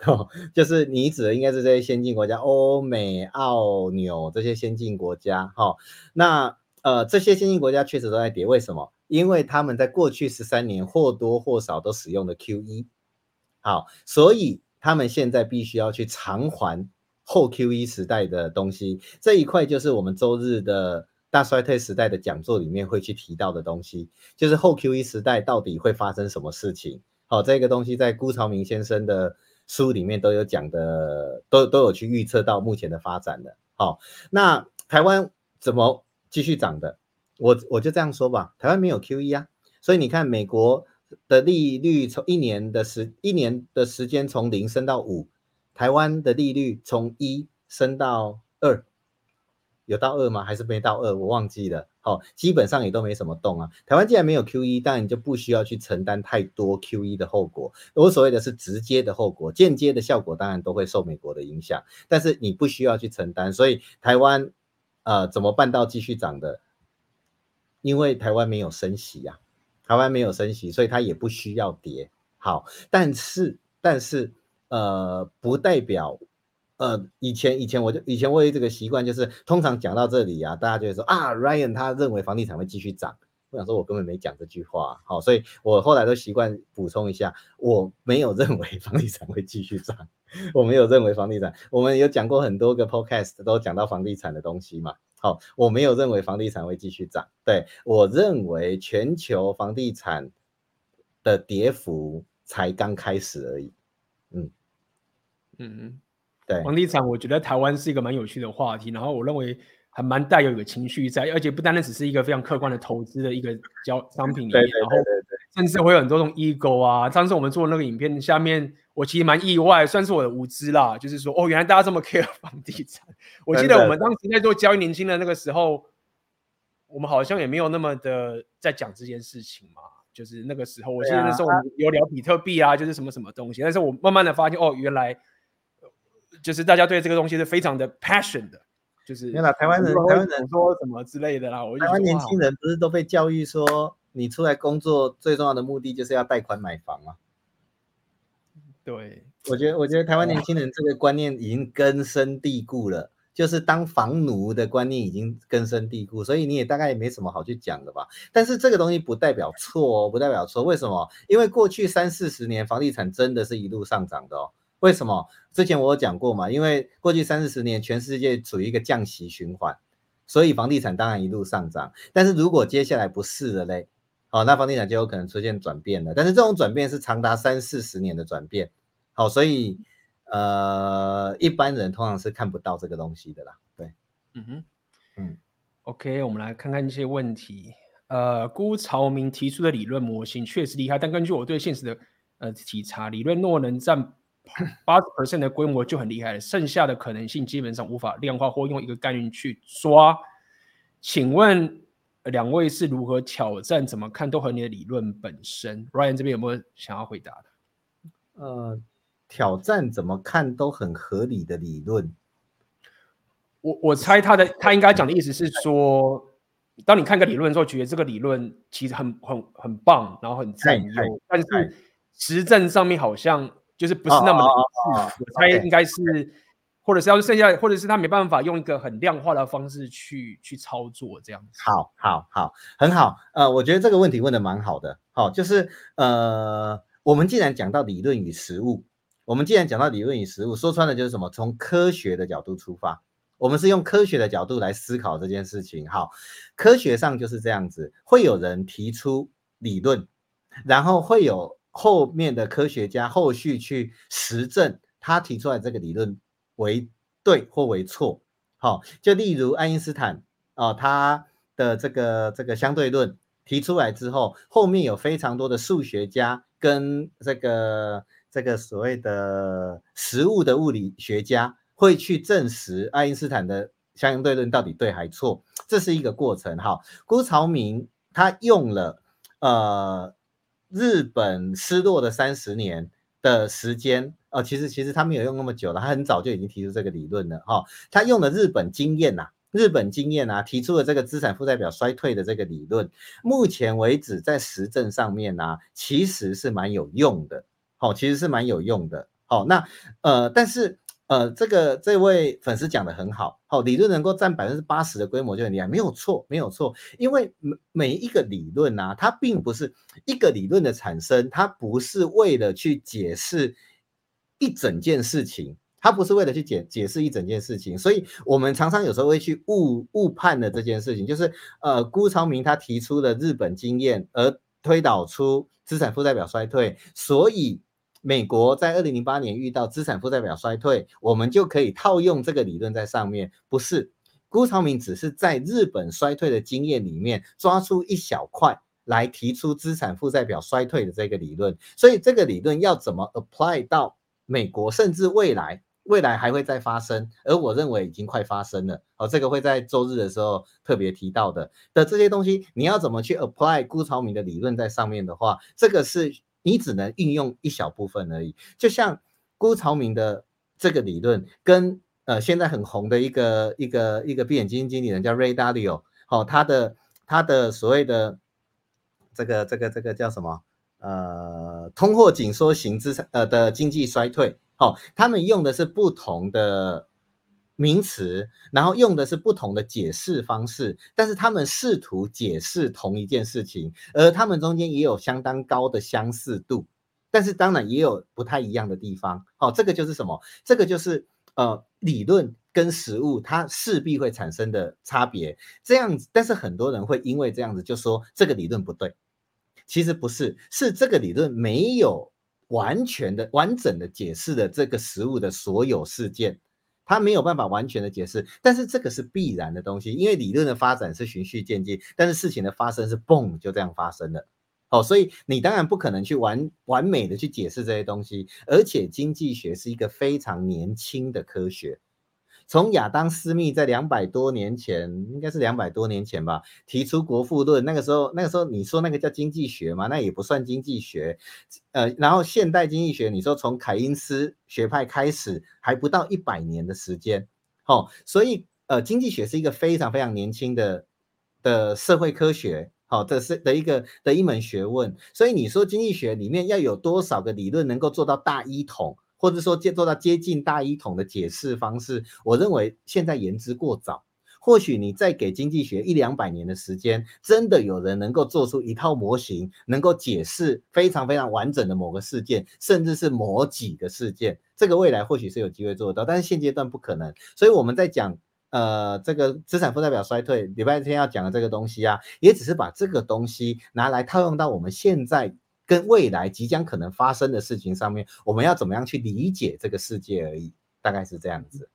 [SPEAKER 2] 就是你指的应该是这些先进国家，欧美、澳、纽这些先进国家。那这些先进国家确实都在跌，为什么？因为他们在过去13年或多或少都使用了 QE， 好，所以他们现在必须要去偿还后 QE 时代的东西。这一块就是我们周日的大衰退时代的讲座里面会去提到的东西，就是后 QE 时代到底会发生什么事情。好，这个东西在辜朝明先生的书里面都有讲的，都有去预测到目前的发展的。好，那台湾怎么继续涨的？我就这样说吧，台湾没有 QE 啊，所以你看美国的利率从一年的时间从0升到5，台湾的利率从1升到2，有到2吗？还是没到2？我忘记了。基本上也都没什么动啊。台湾既然没有 QE， 当然你就不需要去承担太多 QE 的后果。我所谓的是直接的后果，间接的效果当然都会受美国的影响，但是你不需要去承担。所以台湾怎么办到继续涨的？因为台湾没有升息啊，台湾没有升息，所以它也不需要跌。好，但是不代表以前我有这个习惯，就是通常讲到这里啊，大家就会说啊 ，Ryan 他认为房地产会继续涨。我想说，我根本没讲这句话。好，所以我后来都习惯补充一下，我没有认为房地产会继续涨，我没有认为房地产，我们有讲过很多个 podcast 都讲到房地产的东西嘛。好，我没有认为房地产会继续涨，对，我认为全球房地产的跌幅才刚开始而已。对，
[SPEAKER 1] 房地产我觉得台湾是一个蛮有趣的话题，然后我认为还蛮带有一个情绪在，而且不单单只是一个非常客观的投资的一个商品里面，然后甚至会有很多种 ego 啊。上次我们做那个影片下面，我其实蛮意外，算是我的无知啦，就是说原来大家这么 care 房地产。我记得我们当时在做交易年轻的那个时候，我们好像也没有那么的在讲这件事情嘛。就是那个时候，我记得那时候我们有聊比特币啊，就是什么什么东西，但是我慢慢的发现原来就是大家对这个东西是非常的 passion 的，就是
[SPEAKER 2] 没有啦，台湾人
[SPEAKER 1] 说什么之类的啦。
[SPEAKER 2] 台湾年轻人不是都被教育说，你出来工作最重要的目的就是要贷款买房吗？
[SPEAKER 1] 对，
[SPEAKER 2] 我觉得台湾年轻人这个观念已经根深蒂固了，就是当房奴的观念已经根深蒂固，所以你也大概也没什么好去讲的吧。但是这个东西不代表错不代表错。为什么？因为过去30-40年房地产真的是一路上涨的哦。为什么？之前我有讲过嘛，因为过去30-40年全世界处于一个降息循环，所以房地产当然一路上涨。但是如果接下来不是了嘞，那房地产就有可能出现转变了。但是这种转变是长达30-40年的转变。好，所以一般人通常是看不到这个东西的啦。对，
[SPEAKER 1] OK， 我们来看看一些问题。辜朝明提出的理论模型确实厉害，但根据我对现实的体察，理论若能占80% 的规模就很厉害了，剩下的可能性基本上无法量化或用一个概念去抓。请问两位是如何挑战？怎么看都和你的理论本身 ？Ryan 这边有没有想要回答的？
[SPEAKER 2] 挑战怎么看都很合理的理论。
[SPEAKER 1] 我猜他应该讲的意思是说，当你看个理论的时候，觉得这个理论其实很棒，然后很占优，但是实证上面好像就是不是那么的一致。我猜应该是，或者是要剩下，或者是他没办法用一个很量化的方式去操作这样子。
[SPEAKER 2] 好，很好。我觉得这个问题问的蛮好的。好，就是我们既然讲到理论与实务，说穿了就是什么？从科学的角度出发。我们是用科学的角度来思考这件事情。好，科学上就是这样子，会有人提出理论，然后会有后面的科学家后续去实证他提出来这个理论为对或为错。好，就例如爱因斯坦他的这个相对论提出来之后，后面有非常多的数学家跟这个所谓的实物的物理学家会去证实爱因斯坦的相对论到底对还错，这是一个过程。好，辜朝明他用了日本失落的30年的时间，其实他没有用那么久了，他很早就已经提出这个理论了。他用了日本经验提出了这个资产负债表衰退的这个理论，目前为止在实证上面其实是蛮有用的。 好，那但是这位粉丝讲的很好，好，理论能够占80%的规模就很厉害，没有错，没有错，因为每一个理论啊，它并不是一个理论的产生，它不是为了去解释一整件事情。它不是为了去解释一整件事情，所以我们常常有时候会去误判了这件事情，就是辜朝明他提出了日本经验，而推导出资产负债表衰退，所以美国在2008年遇到资产负债表衰退，我们就可以套用这个理论在上面，不是？辜朝明只是在日本衰退的经验里面抓出一小块来提出资产负债表衰退的这个理论，所以这个理论要怎么 apply 到美国，甚至未来还会再发生，而我认为已经快发生了。好，这个会在周日的时候特别提到的这些东西，你要怎么去 apply 辜朝明的理论在上面的话，这个是你只能运用一小部分而已。就像辜朝明的这个理论跟现在很红的一个闭眼基金经理人叫 Ray Dalio， 好，他的所谓的这个叫什么？通货紧缩型的经济衰退，他们用的是不同的名词，然后用的是不同的解释方式，但是他们试图解释同一件事情，而他们中间也有相当高的相似度，但是当然也有不太一样的地方。这个就是什么？这个就是理论跟实务它势必会产生的差别。这样子，但是很多人会因为这样子就说这个理论不对。其实不是，是这个理论没有完整的解释了这个实物的所有事件，它没有办法完全的解释，但是这个是必然的东西，因为理论的发展是循序渐进，但是事情的发生是嘣就这样发生了。所以你当然不可能去完美的去解释这些东西，而且经济学是一个非常年轻的科学。从亚当·斯密在200多年前，应该是200多年前吧，提出国富论。那个时候你说那个叫经济学嘛，那也不算经济学。然后现代经济学，你说从凯因斯学派开始，还不到100年的时间。所以经济学是一个非常非常年轻的社会科学。这是一门学问。所以你说经济学里面要有多少个理论能够做到大一统？或者说做到接近大一统的解释方式，我认为现在言之过早。或许你再给经济学100-200年的时间，真的有人能够做出一套模型，能够解释非常非常完整的某个事件，甚至是某几个事件，这个未来或许是有机会做到，但是现阶段不可能。所以我们在讲这个资产负债表衰退，礼拜天要讲的这个东西啊，也只是把这个东西拿来套用到我们现在跟未来即将可能发生的事情上面，我们要怎么样去理解这个世界而已，大概是这样子。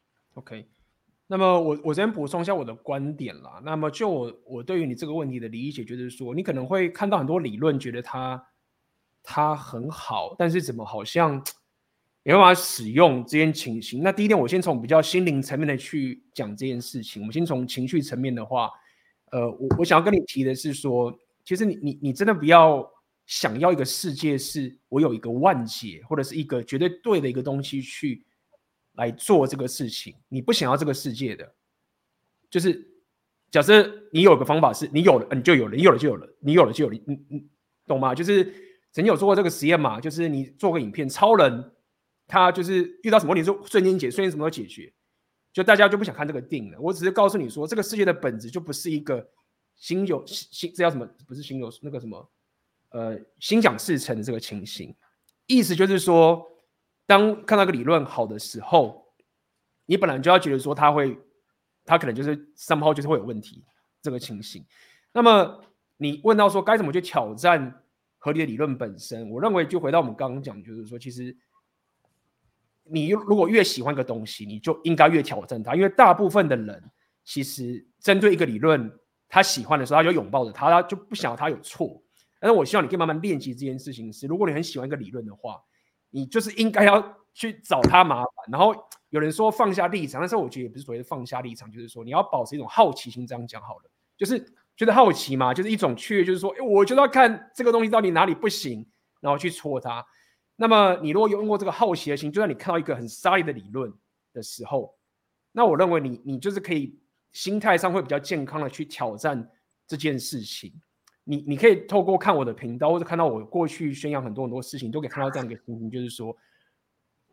[SPEAKER 1] OK， 那么我先补充一下我的观点啦。那么就我对于你这个问题的理解，就是说你可能会看到很多理论，觉得它很好，但是怎么好像没办法使用这件情形。那第一点，我先从比较心灵层面的去讲这件事情。我们先从情绪层面的话，我想要跟你提的是说，其实你真的不要想要一个世界是我有一个万解或者是一个绝对对的一个东西去来做这个事情，你不想要这个世界的，就是假设你有个方法是你有了你就有了，你有了就有了，你有了就有了，你懂吗？就是曾经有做过这个实验嘛，就是你做个影片，超人他就是遇到什么问题就瞬间什么都解决，就大家就不想看这个电影了。我只是告诉你说，这个世界的本质就不是一个这叫什么？不是心有那个什么心想事成的这个情形。意思就是说，当看到一个理论好的时候，你本来就要觉得说它可能就是somehow就是会有问题这个情形。那么你问到说该怎么去挑战合理的理论本身，我认为就回到我们刚刚讲，就是说其实你如果越喜欢一个东西，你就应该越挑战它，因为大部分的人其实针对一个理论，他喜欢的时候，他就拥抱着它，他就不想他有错。但是我希望你可以慢慢练习这件事情是，如果你很喜欢一个理论的话，你就是应该要去找他麻烦。然后有人说放下立场，但是我觉得也不是所谓的放下立场，就是说你要保持一种好奇心。这样讲好了，就是觉得好奇嘛，就是一种雀跃，就是说，我就要看这个东西到底哪里不行，然后去戳它。那么你如果有用过这个好奇的心，就算你看到一个很沙利的理论的时候，那我认为你就是可以心态上会比较健康的去挑战这件事情。你可以透过看我的频道，或者看到我过去宣扬很多很多事情，都可以看到这样一个心情，就是说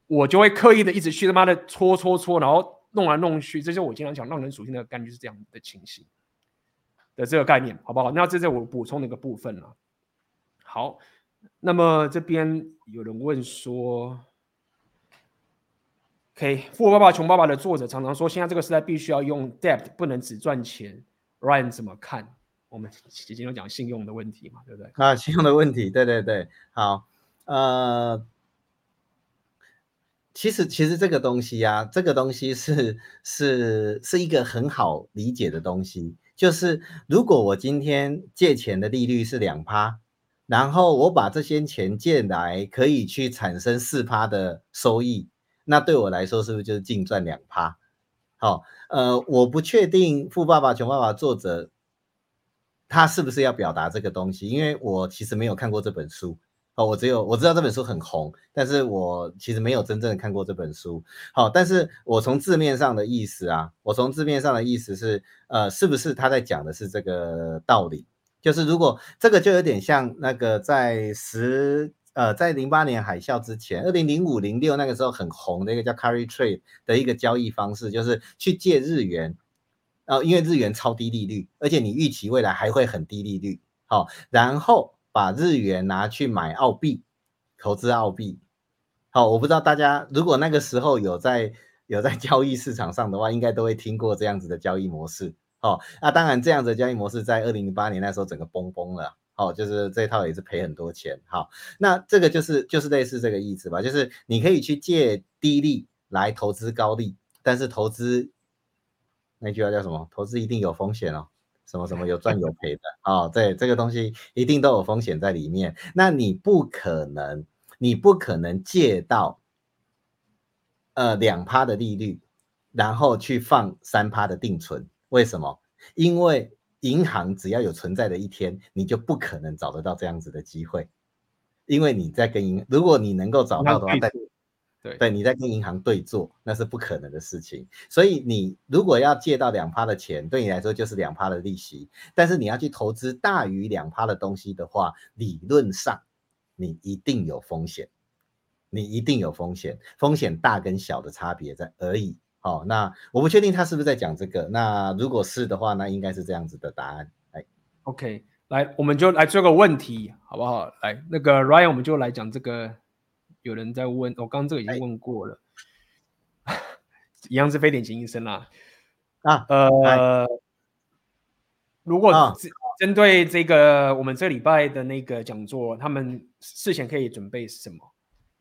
[SPEAKER 1] 我就会刻意的一直去他妈的搓，然后弄来弄去，这就是我经常讲浪人属性的概念，就是这样的情形的这个概念，好不好？那这是我补充的一个部分了。好，那么这边有人问说 ，OK， 富爸爸穷爸爸的作者常常说，现在这个时代必须要用 debt， 不能只赚钱。Ryan 怎么看？我们今天有讲信用的问题嘛，对不对？
[SPEAKER 2] 啊，信用的问题，对对对，好，其实这个东西啊，这个东西是一个很好理解的东西，就是如果我今天借钱的利率是2%，然后我把这些钱借来可以去产生4%的收益，那对我来说是不是就是净赚2%？好，我不确定《富爸爸穷爸爸》作者他是不是要表达这个东西，因为我其实没有看过这本书。我知道这本书很红，但是我其实没有真正的看过这本书。好，但是我从字面上的意思啊，是，是不是他在讲的是这个道理？就是如果这个就有点像那个在08年海啸之前，2005、06那个时候很红的一个叫 carry trade 的一个交易方式，就是去借日元，因为日元超低利率，而且你预期未来还会很低利率，好，然后把日元拿去买澳币，投资澳币。好，我不知道大家如果那个时候有在交易市场上的话，应该都会听过这样子的交易模式。好，那当然这样子的交易模式在2008年那时候整个崩了。好，就是这套也是赔很多钱。好，那这个就是类似这个意思吧，就是你可以去借低利来投资高利，但是投资那句话叫什么？投资一定有风险哦。什么什么有赚有赔的哦，对，这个东西一定都有风险在里面。那你不可能借到2%的利率，然后去放3%的定存。为什么？因为银行只要有存在的一天，你就不可能找得到这样子的机会。因为你在如果你能够找到的话，对，你在跟银行对坐，那是不可能的事情。所以你如果要借到2%的钱，对你来说就是2%的利息。但是你要去投资大于2%的东西的话，理论上你一定有风险，风险大跟小的差别在而已。好，那我不确定他是不是在讲这个。那如果是的话，那应该是这样子的答案。
[SPEAKER 1] OK， 来，我们就来做个问题，好不好？来，那个 Ryan， 我们就来讲这个。有人在问，我刚刚这个已经问过了，一样是非典型医生啦。如果针对这个我们这礼拜的那个讲座，他们事前可以准备什么？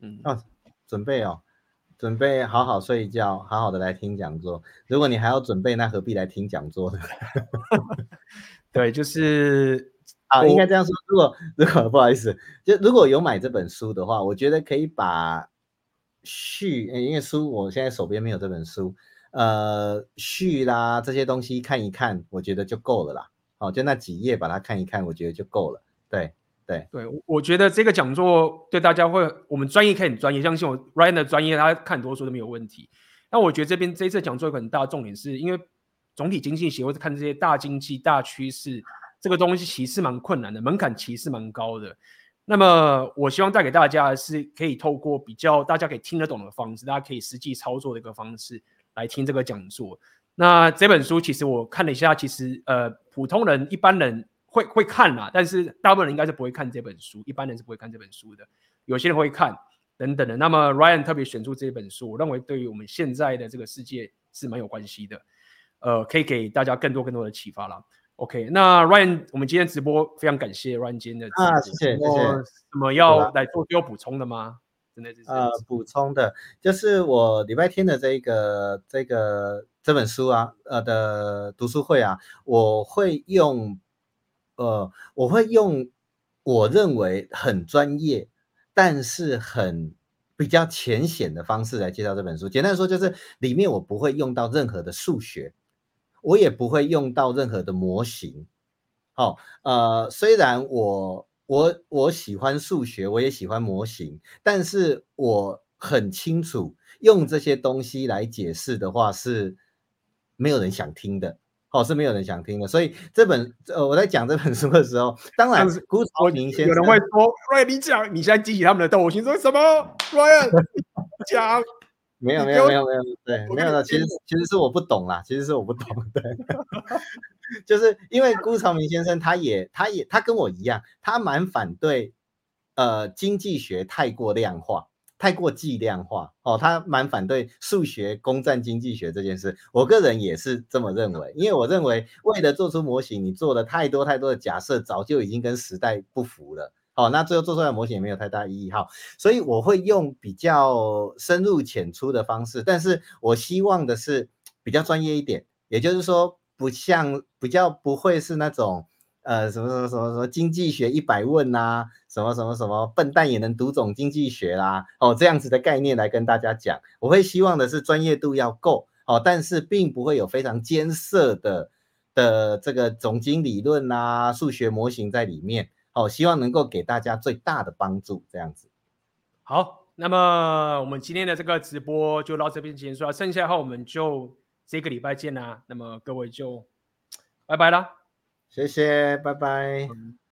[SPEAKER 2] 准备好好睡一觉，好好的来听讲座。如果你还要准备，那何必来听讲座呢？
[SPEAKER 1] 对，就是
[SPEAKER 2] 应该这样说。如果不好意思，就如果有买这本书的话，我觉得可以把因为书我现在手边没有这本书，序啦这些东西看一看，我觉得就够了啦。好，就那几页把它看一看，我觉得就够了。对，
[SPEAKER 1] 我觉得这个讲座对大家我们专业可以很专业，相信我 ，Ryan 的专业，他看很多书都没有问题。那我觉得这一次讲座有个很大的重点是，因为总体经济协会看这些大经济大趋势，这个东西其实蛮困难的，门槛其实蛮高的。那么我希望带给大家的是可以透过比较大家可以听得懂的方式，大家可以实际操作的一个方式来听这个讲座。那这本书其实我看了一下，其实普通人一般人会看啦，但是大部分人应该是不会看这本书，一般人是不会看这本书的，有些人会看等等的。那么 Ryan 特别选出这本书，我认为对于我们现在的这个世界是蛮有关系的，可以给大家更多的启发啦。OK， 那 Ryan， 我们今天直播非常感谢 Ryan 今天的直播，
[SPEAKER 2] 谢谢。
[SPEAKER 1] 什么要来做有补充的吗？真的是
[SPEAKER 2] 补充的就是我礼拜天的这本书啊，的读书会啊，我会用我认为很专业，但是比较浅显的方式来介绍这本书。简单说，就是里面我不会用到任何的数学，我也不会用到任何的模型。虽然我喜欢数学，我也喜欢模型，但是我很清楚，用这些东西来解释的话是没有人想听的。是没有人想听的。所以我在讲这本书的时候，当然辜朝明先生
[SPEAKER 1] 有人会说 Ryan 你讲，你现在激起他们的斗心，说什么 Ryan 讲。
[SPEAKER 2] 没有，对，没有的，其实是我不懂啦，对，就是因为辜朝明先生他跟我一样，他蛮反对经济学太过量化。太过计量化哦，他蛮反对数学攻占经济学这件事。我个人也是这么认为，因为我认为为了做出模型，你做了太多的假设，早就已经跟时代不符了。哦，那最后做出来的模型也没有太大意义。好，所以我会用比较深入浅出的方式，但是我希望的是比较专业一点，也就是说，比较不会是那种什么经济学100问啊，什么笨蛋也能读懂经济学啦，哦，这样子的概念来跟大家讲。我会希望的是专业度要够，哦，但是并不会有非常艰涩的这个总经理论啊、数学模型在里面。哦，希望能够给大家最大的帮助，这样子。
[SPEAKER 1] 好，那么我们今天的这个直播就到这边结束了，剩下的话我们就这个礼拜见啦。那么各位就拜拜啦。
[SPEAKER 2] 谢谢，拜拜。